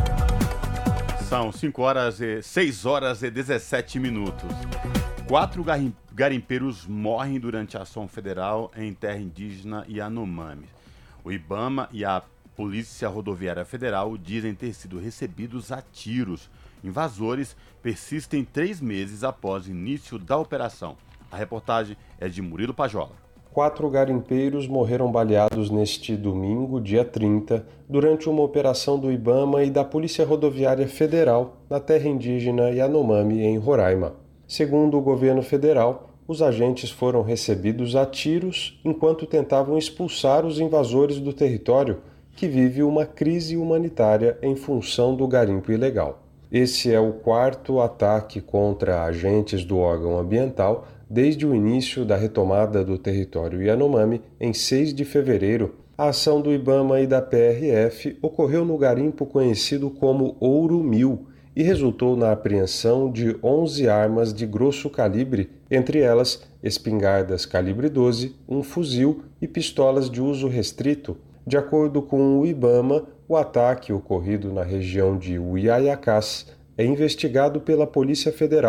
São 6 horas e 17 minutos. 4 garimpeiros morrem durante a ação federal em terra indígena Yanomami. O IBAMA e a Polícia Rodoviária Federal dizem ter sido recebidos a tiros. Invasores persistem 3 meses após o início da operação. A reportagem é de Murilo Pajola. 4 garimpeiros morreram baleados neste domingo, dia 30, durante uma operação do IBAMA e da Polícia Rodoviária Federal na terra indígena Yanomami, em Roraima. Segundo o governo federal, os agentes foram recebidos a tiros enquanto tentavam expulsar os invasores do território, que vive uma crise humanitária em função do garimpo ilegal. Esse é o 4º ataque contra agentes do órgão ambiental desde o início da retomada do território Yanomami em 6 de fevereiro. A ação do IBAMA e da PRF ocorreu no garimpo conhecido como Ouro Mil e resultou na apreensão de 11 armas de grosso calibre, entre elas espingardas calibre 12, um fuzil e pistolas de uso restrito. De acordo com o IBAMA, o ataque ocorrido na região de Uiaiacás é investigado pela Polícia Federal.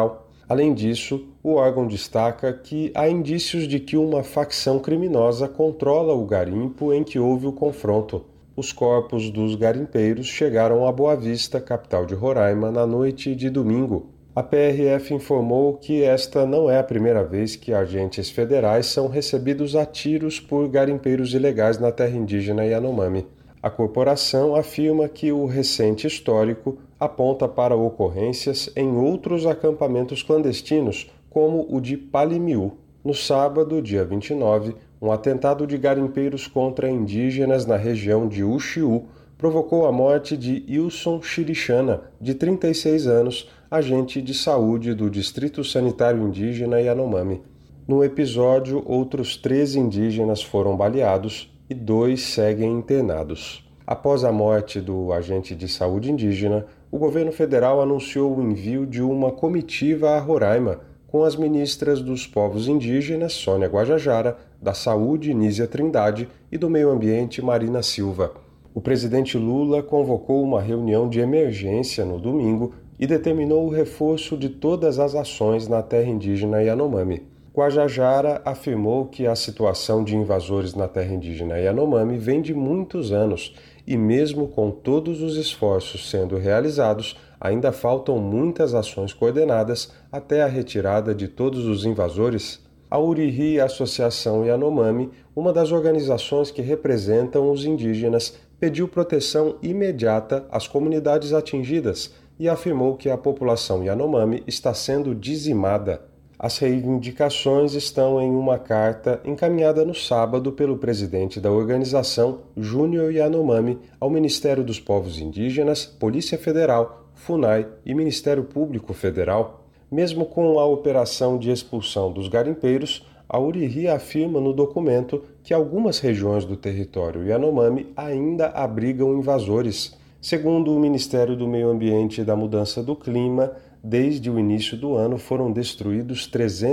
Além disso, o órgão destaca que há indícios de que uma facção criminosa controla o garimpo em que houve o confronto. Os corpos dos garimpeiros chegaram a Boa Vista, capital de Roraima, na noite de domingo. A PRF informou que esta não é a primeira vez que agentes federais são recebidos a tiros por garimpeiros ilegais na terra indígena Yanomami. A corporação afirma que o recente histórico aponta para ocorrências em outros acampamentos clandestinos, como o de Palimiú. No sábado, dia 29, um atentado de garimpeiros contra indígenas na região de Uxiú provocou a morte de Wilson Chirichana, de 36 anos, agente de saúde do Distrito Sanitário Indígena Yanomami. No episódio, outros 13 indígenas foram baleados e 2 seguem internados. Após a morte do agente de saúde indígena, o governo federal anunciou o envio de uma comitiva a Roraima, com as ministras dos povos indígenas, Sônia Guajajara, da Saúde, Nízia Trindade, e do Meio Ambiente, Marina Silva. O presidente Lula convocou uma reunião de emergência no domingo e determinou o reforço de todas as ações na terra indígena Yanomami. Guajajara afirmou que a situação de invasores na terra indígena Yanomami vem de muitos anos e, mesmo com todos os esforços sendo realizados, ainda faltam muitas ações coordenadas até a retirada de todos os invasores. A Uriri Associação Yanomami, uma das organizações que representam os indígenas, pediu proteção imediata às comunidades atingidas e afirmou que a população Yanomami está sendo dizimada. As reivindicações estão em uma carta encaminhada no sábado pelo presidente da organização, Júnior Yanomami, ao Ministério dos Povos Indígenas, Polícia Federal, FUNAI e Ministério Público Federal. Mesmo com a operação de expulsão dos garimpeiros, a Uriri afirma no documento que algumas regiões do território Yanomami ainda abrigam invasores. Segundo o Ministério do Meio Ambiente e da Mudança do Clima, desde o início do ano foram destruídos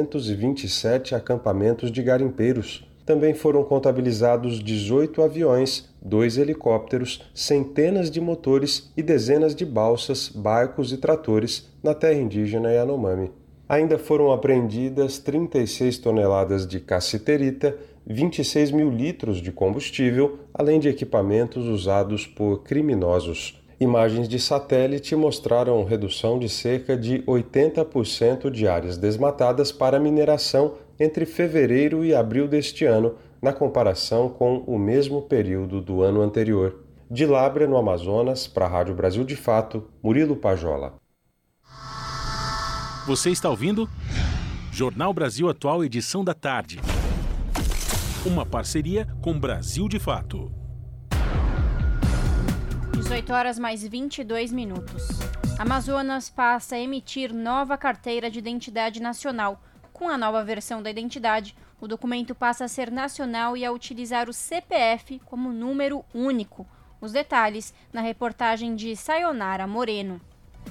327 acampamentos de garimpeiros. Também foram contabilizados 18 aviões, 2 helicópteros, centenas de motores e dezenas de balsas, barcos e tratores na terra indígena Yanomami. Ainda foram apreendidas 36 toneladas de cassiterita, 26 mil litros de combustível, além de equipamentos usados por criminosos. Imagens de satélite mostraram redução de cerca de 80% de áreas desmatadas para mineração entre fevereiro e abril deste ano, na comparação com o mesmo período do ano anterior. De Lábrea, no Amazonas, para a Rádio Brasil de Fato, Murilo Pajola. Você está ouvindo? Jornal Brasil Atual, edição da tarde. Uma parceria com Brasil de Fato. 18 horas mais 22 minutos. Amazonas passa a emitir nova carteira de identidade nacional. Com a nova versão da identidade, o documento passa a ser nacional e a utilizar o CPF como número único. Os detalhes na reportagem de Sayonara Moreno.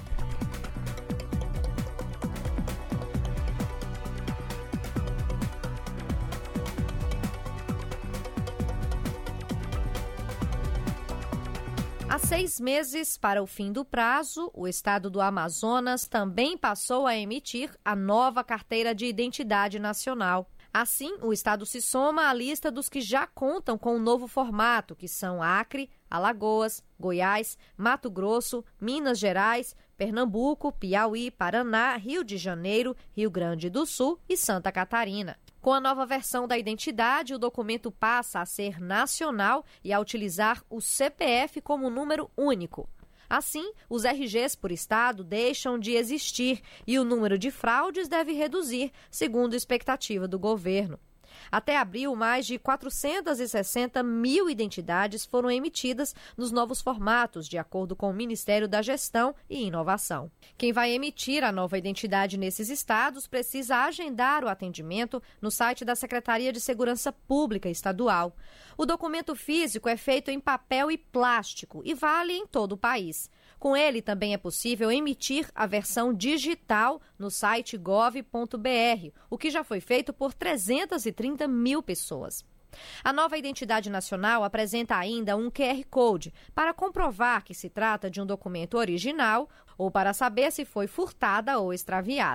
Há 6 meses para o fim do prazo, o estado do Amazonas também passou a emitir a nova carteira de identidade nacional. Assim, o estado se soma à lista dos que já contam com o novo formato, que são Acre, Alagoas, Goiás, Mato Grosso, Minas Gerais, Pernambuco, Piauí, Paraná, Rio de Janeiro, Rio Grande do Sul e Santa Catarina. Com a nova versão da identidade, o documento passa a ser nacional e a utilizar o CPF como número único. Assim, os RGs por estado deixam de existir e o número de fraudes deve reduzir, segundo a expectativa do governo. Até abril, mais de 460 mil identidades foram emitidas nos novos formatos, de acordo com o Ministério da Gestão e Inovação. Quem vai emitir a nova identidade nesses estados precisa agendar o atendimento no site da Secretaria de Segurança Pública Estadual. O documento físico é feito em papel e plástico e vale em todo o país. Com ele, também é possível emitir a versão digital no site gov.br, o que já foi feito por 330 mil pessoas. A nova identidade nacional apresenta ainda um QR Code para comprovar que se trata de um documento original ou para saber se foi furtada ou extraviada.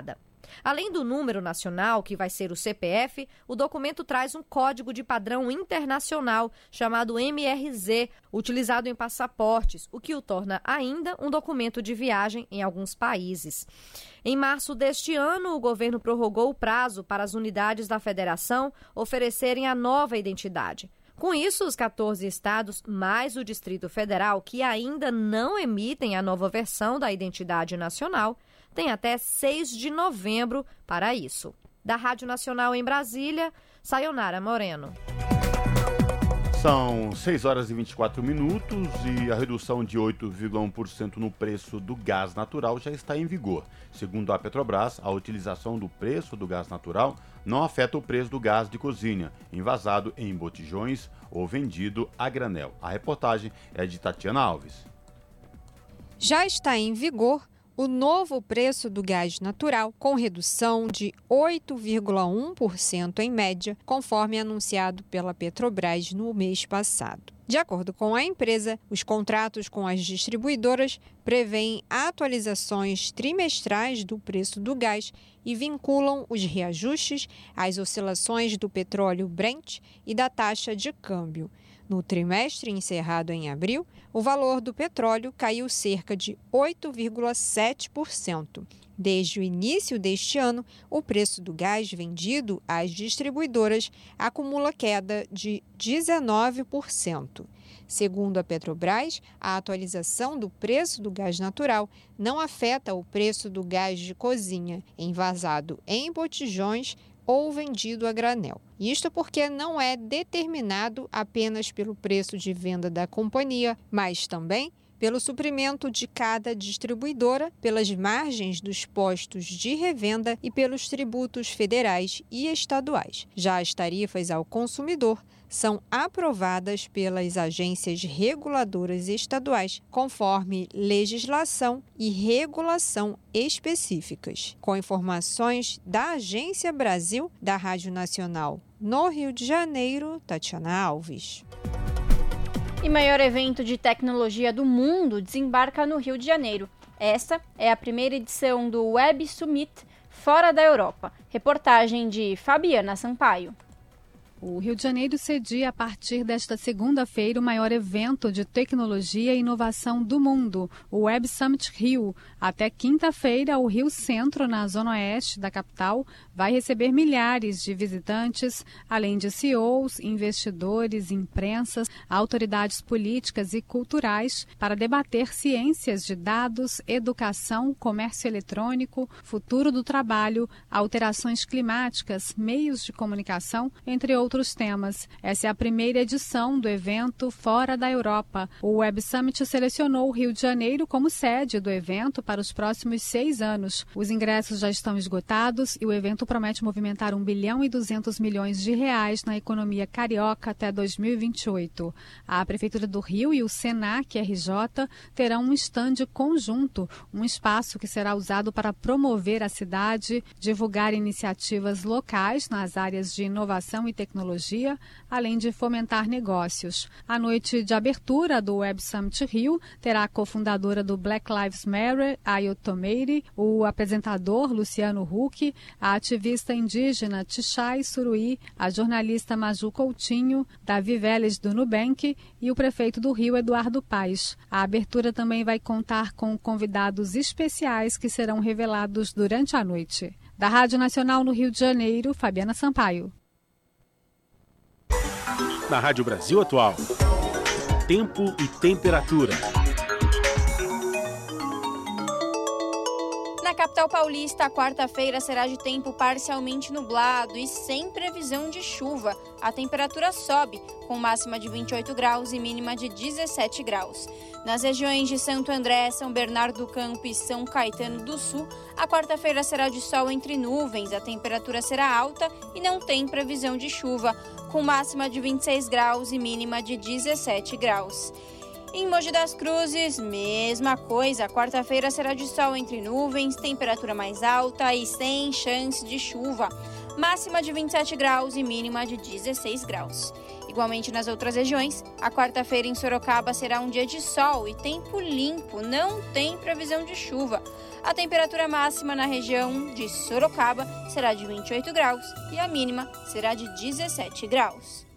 Além do número nacional, que vai ser o CPF, o documento traz um código de padrão internacional chamado MRZ, utilizado em passaportes, o que o torna ainda um documento de viagem em alguns países. Em março deste ano, o governo prorrogou o prazo para as unidades da federação oferecerem a nova identidade. Com isso, os 14 estados, mais o Distrito Federal, que ainda não emitem a nova versão da identidade nacional, têm até 6 de novembro para isso. Da Rádio Nacional em Brasília, Sayonara Moreno. São 6 horas e 24 minutos e a redução de 8,1% no preço do gás natural já está em vigor. Segundo a Petrobras, a utilização do preço do gás natural não afeta o preço do gás de cozinha, envasado em botijões ou vendido a granel. A reportagem é de Tatiana Alves. Já está em vigor o novo preço do gás natural, com redução de 8,1% em média, conforme anunciado pela Petrobras no mês passado. De acordo com a empresa, os contratos com as distribuidoras prevêem atualizações trimestrais do preço do gás e vinculam os reajustes às oscilações do petróleo Brent e da taxa de câmbio. No trimestre encerrado em abril, o valor do petróleo caiu cerca de 8,7%. Desde o início deste ano, o preço do gás vendido às distribuidoras acumula queda de 19%. Segundo a Petrobras, a atualização do preço do gás natural não afeta o preço do gás de cozinha, envasado em botijões ou vendido a granel. Isto porque não é determinado apenas pelo preço de venda da companhia, mas também pelo suprimento de cada distribuidora, pelas margens dos postos de revenda e pelos tributos federais e estaduais. Já as tarifas ao consumidor são aprovadas pelas agências reguladoras estaduais, conforme legislação e regulação específicas. Com informações da Agência Brasil, da Rádio Nacional no Rio de Janeiro, Tatiana Alves. E maior evento de tecnologia do mundo desembarca no Rio de Janeiro. Esta é a primeira edição do Web Summit fora da Europa. Reportagem de Fabiana Sampaio. O Rio de Janeiro cedia a partir desta segunda-feira o maior evento de tecnologia e inovação do mundo, o Web Summit Rio. Até quinta-feira, o Rio Centro, na zona oeste da capital, vai receber milhares de visitantes, além de CEOs, investidores, imprensas, autoridades políticas e culturais, para debater ciências de dados, educação, comércio eletrônico, futuro do trabalho, alterações climáticas, meios de comunicação, entre outros temas. Essa é a primeira edição do evento fora da Europa. O Web Summit selecionou o Rio de Janeiro como sede do evento para os próximos 6 anos. Os ingressos já estão esgotados e o evento promete movimentar 1 bilhão e 200 milhões de reais na economia carioca até 2028. A Prefeitura do Rio e o Senac RJ terão um estande conjunto, um espaço que será usado para promover a cidade, divulgar iniciativas locais nas áreas de inovação e tecnologia, além de fomentar negócios. A noite de abertura do Web Summit Rio terá a cofundadora do Black Lives Matter, Ayo Tomeiri, o apresentador Luciano Huck, a ativista indígena Tichai Suruí, a jornalista Maju Coutinho, Davi Vélez do Nubank e o prefeito do Rio, Eduardo Paes. A abertura também vai contar com convidados especiais que serão revelados durante a noite. Da Rádio Nacional no Rio de Janeiro, Fabiana Sampaio. Na Rádio Brasil Atual, tempo e temperatura. Na capital paulista, a quarta-feira será de tempo parcialmente nublado e sem previsão de chuva. A temperatura sobe, com máxima de 28 graus e mínima de 17 graus. Nas regiões de Santo André, São Bernardo do Campo e São Caetano do Sul, a quarta-feira será de sol entre nuvens, a temperatura será alta e não tem previsão de chuva, com máxima de 26 graus e mínima de 17 graus. Em Mogi das Cruzes, mesma coisa, a quarta-feira será de sol entre nuvens, temperatura mais alta e sem chance de chuva, máxima de 27 graus e mínima de 16 graus. Igualmente nas outras regiões, a quarta-feira em Sorocaba será um dia de sol e tempo limpo, não tem previsão de chuva. A temperatura máxima na região de Sorocaba será de 28 graus e a mínima será de 17 graus.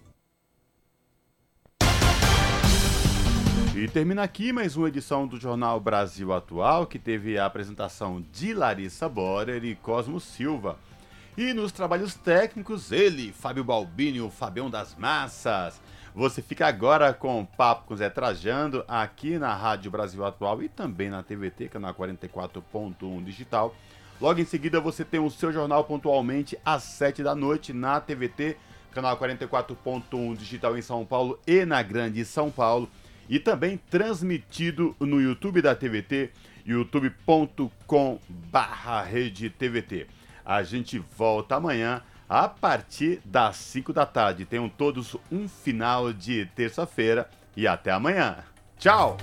E termina aqui mais uma edição do Jornal Brasil Atual, que teve a apresentação de Larissa Borer e Cosmo Silva. E nos trabalhos técnicos, ele, Fábio Balbini, o Fabião das Massas. Você fica agora com o Papo com Zé Trajando, aqui na Rádio Brasil Atual e também na TVT, canal 44.1 digital. Logo em seguida você tem o seu jornal pontualmente às 7 da noite na TVT, canal 44.1 digital em São Paulo e na Grande São Paulo. E também transmitido no YouTube da TVT, youtube.com/RedeTVT. A gente volta amanhã a partir das 5 da tarde. Tenham todos um final de terça-feira e até amanhã. Tchau!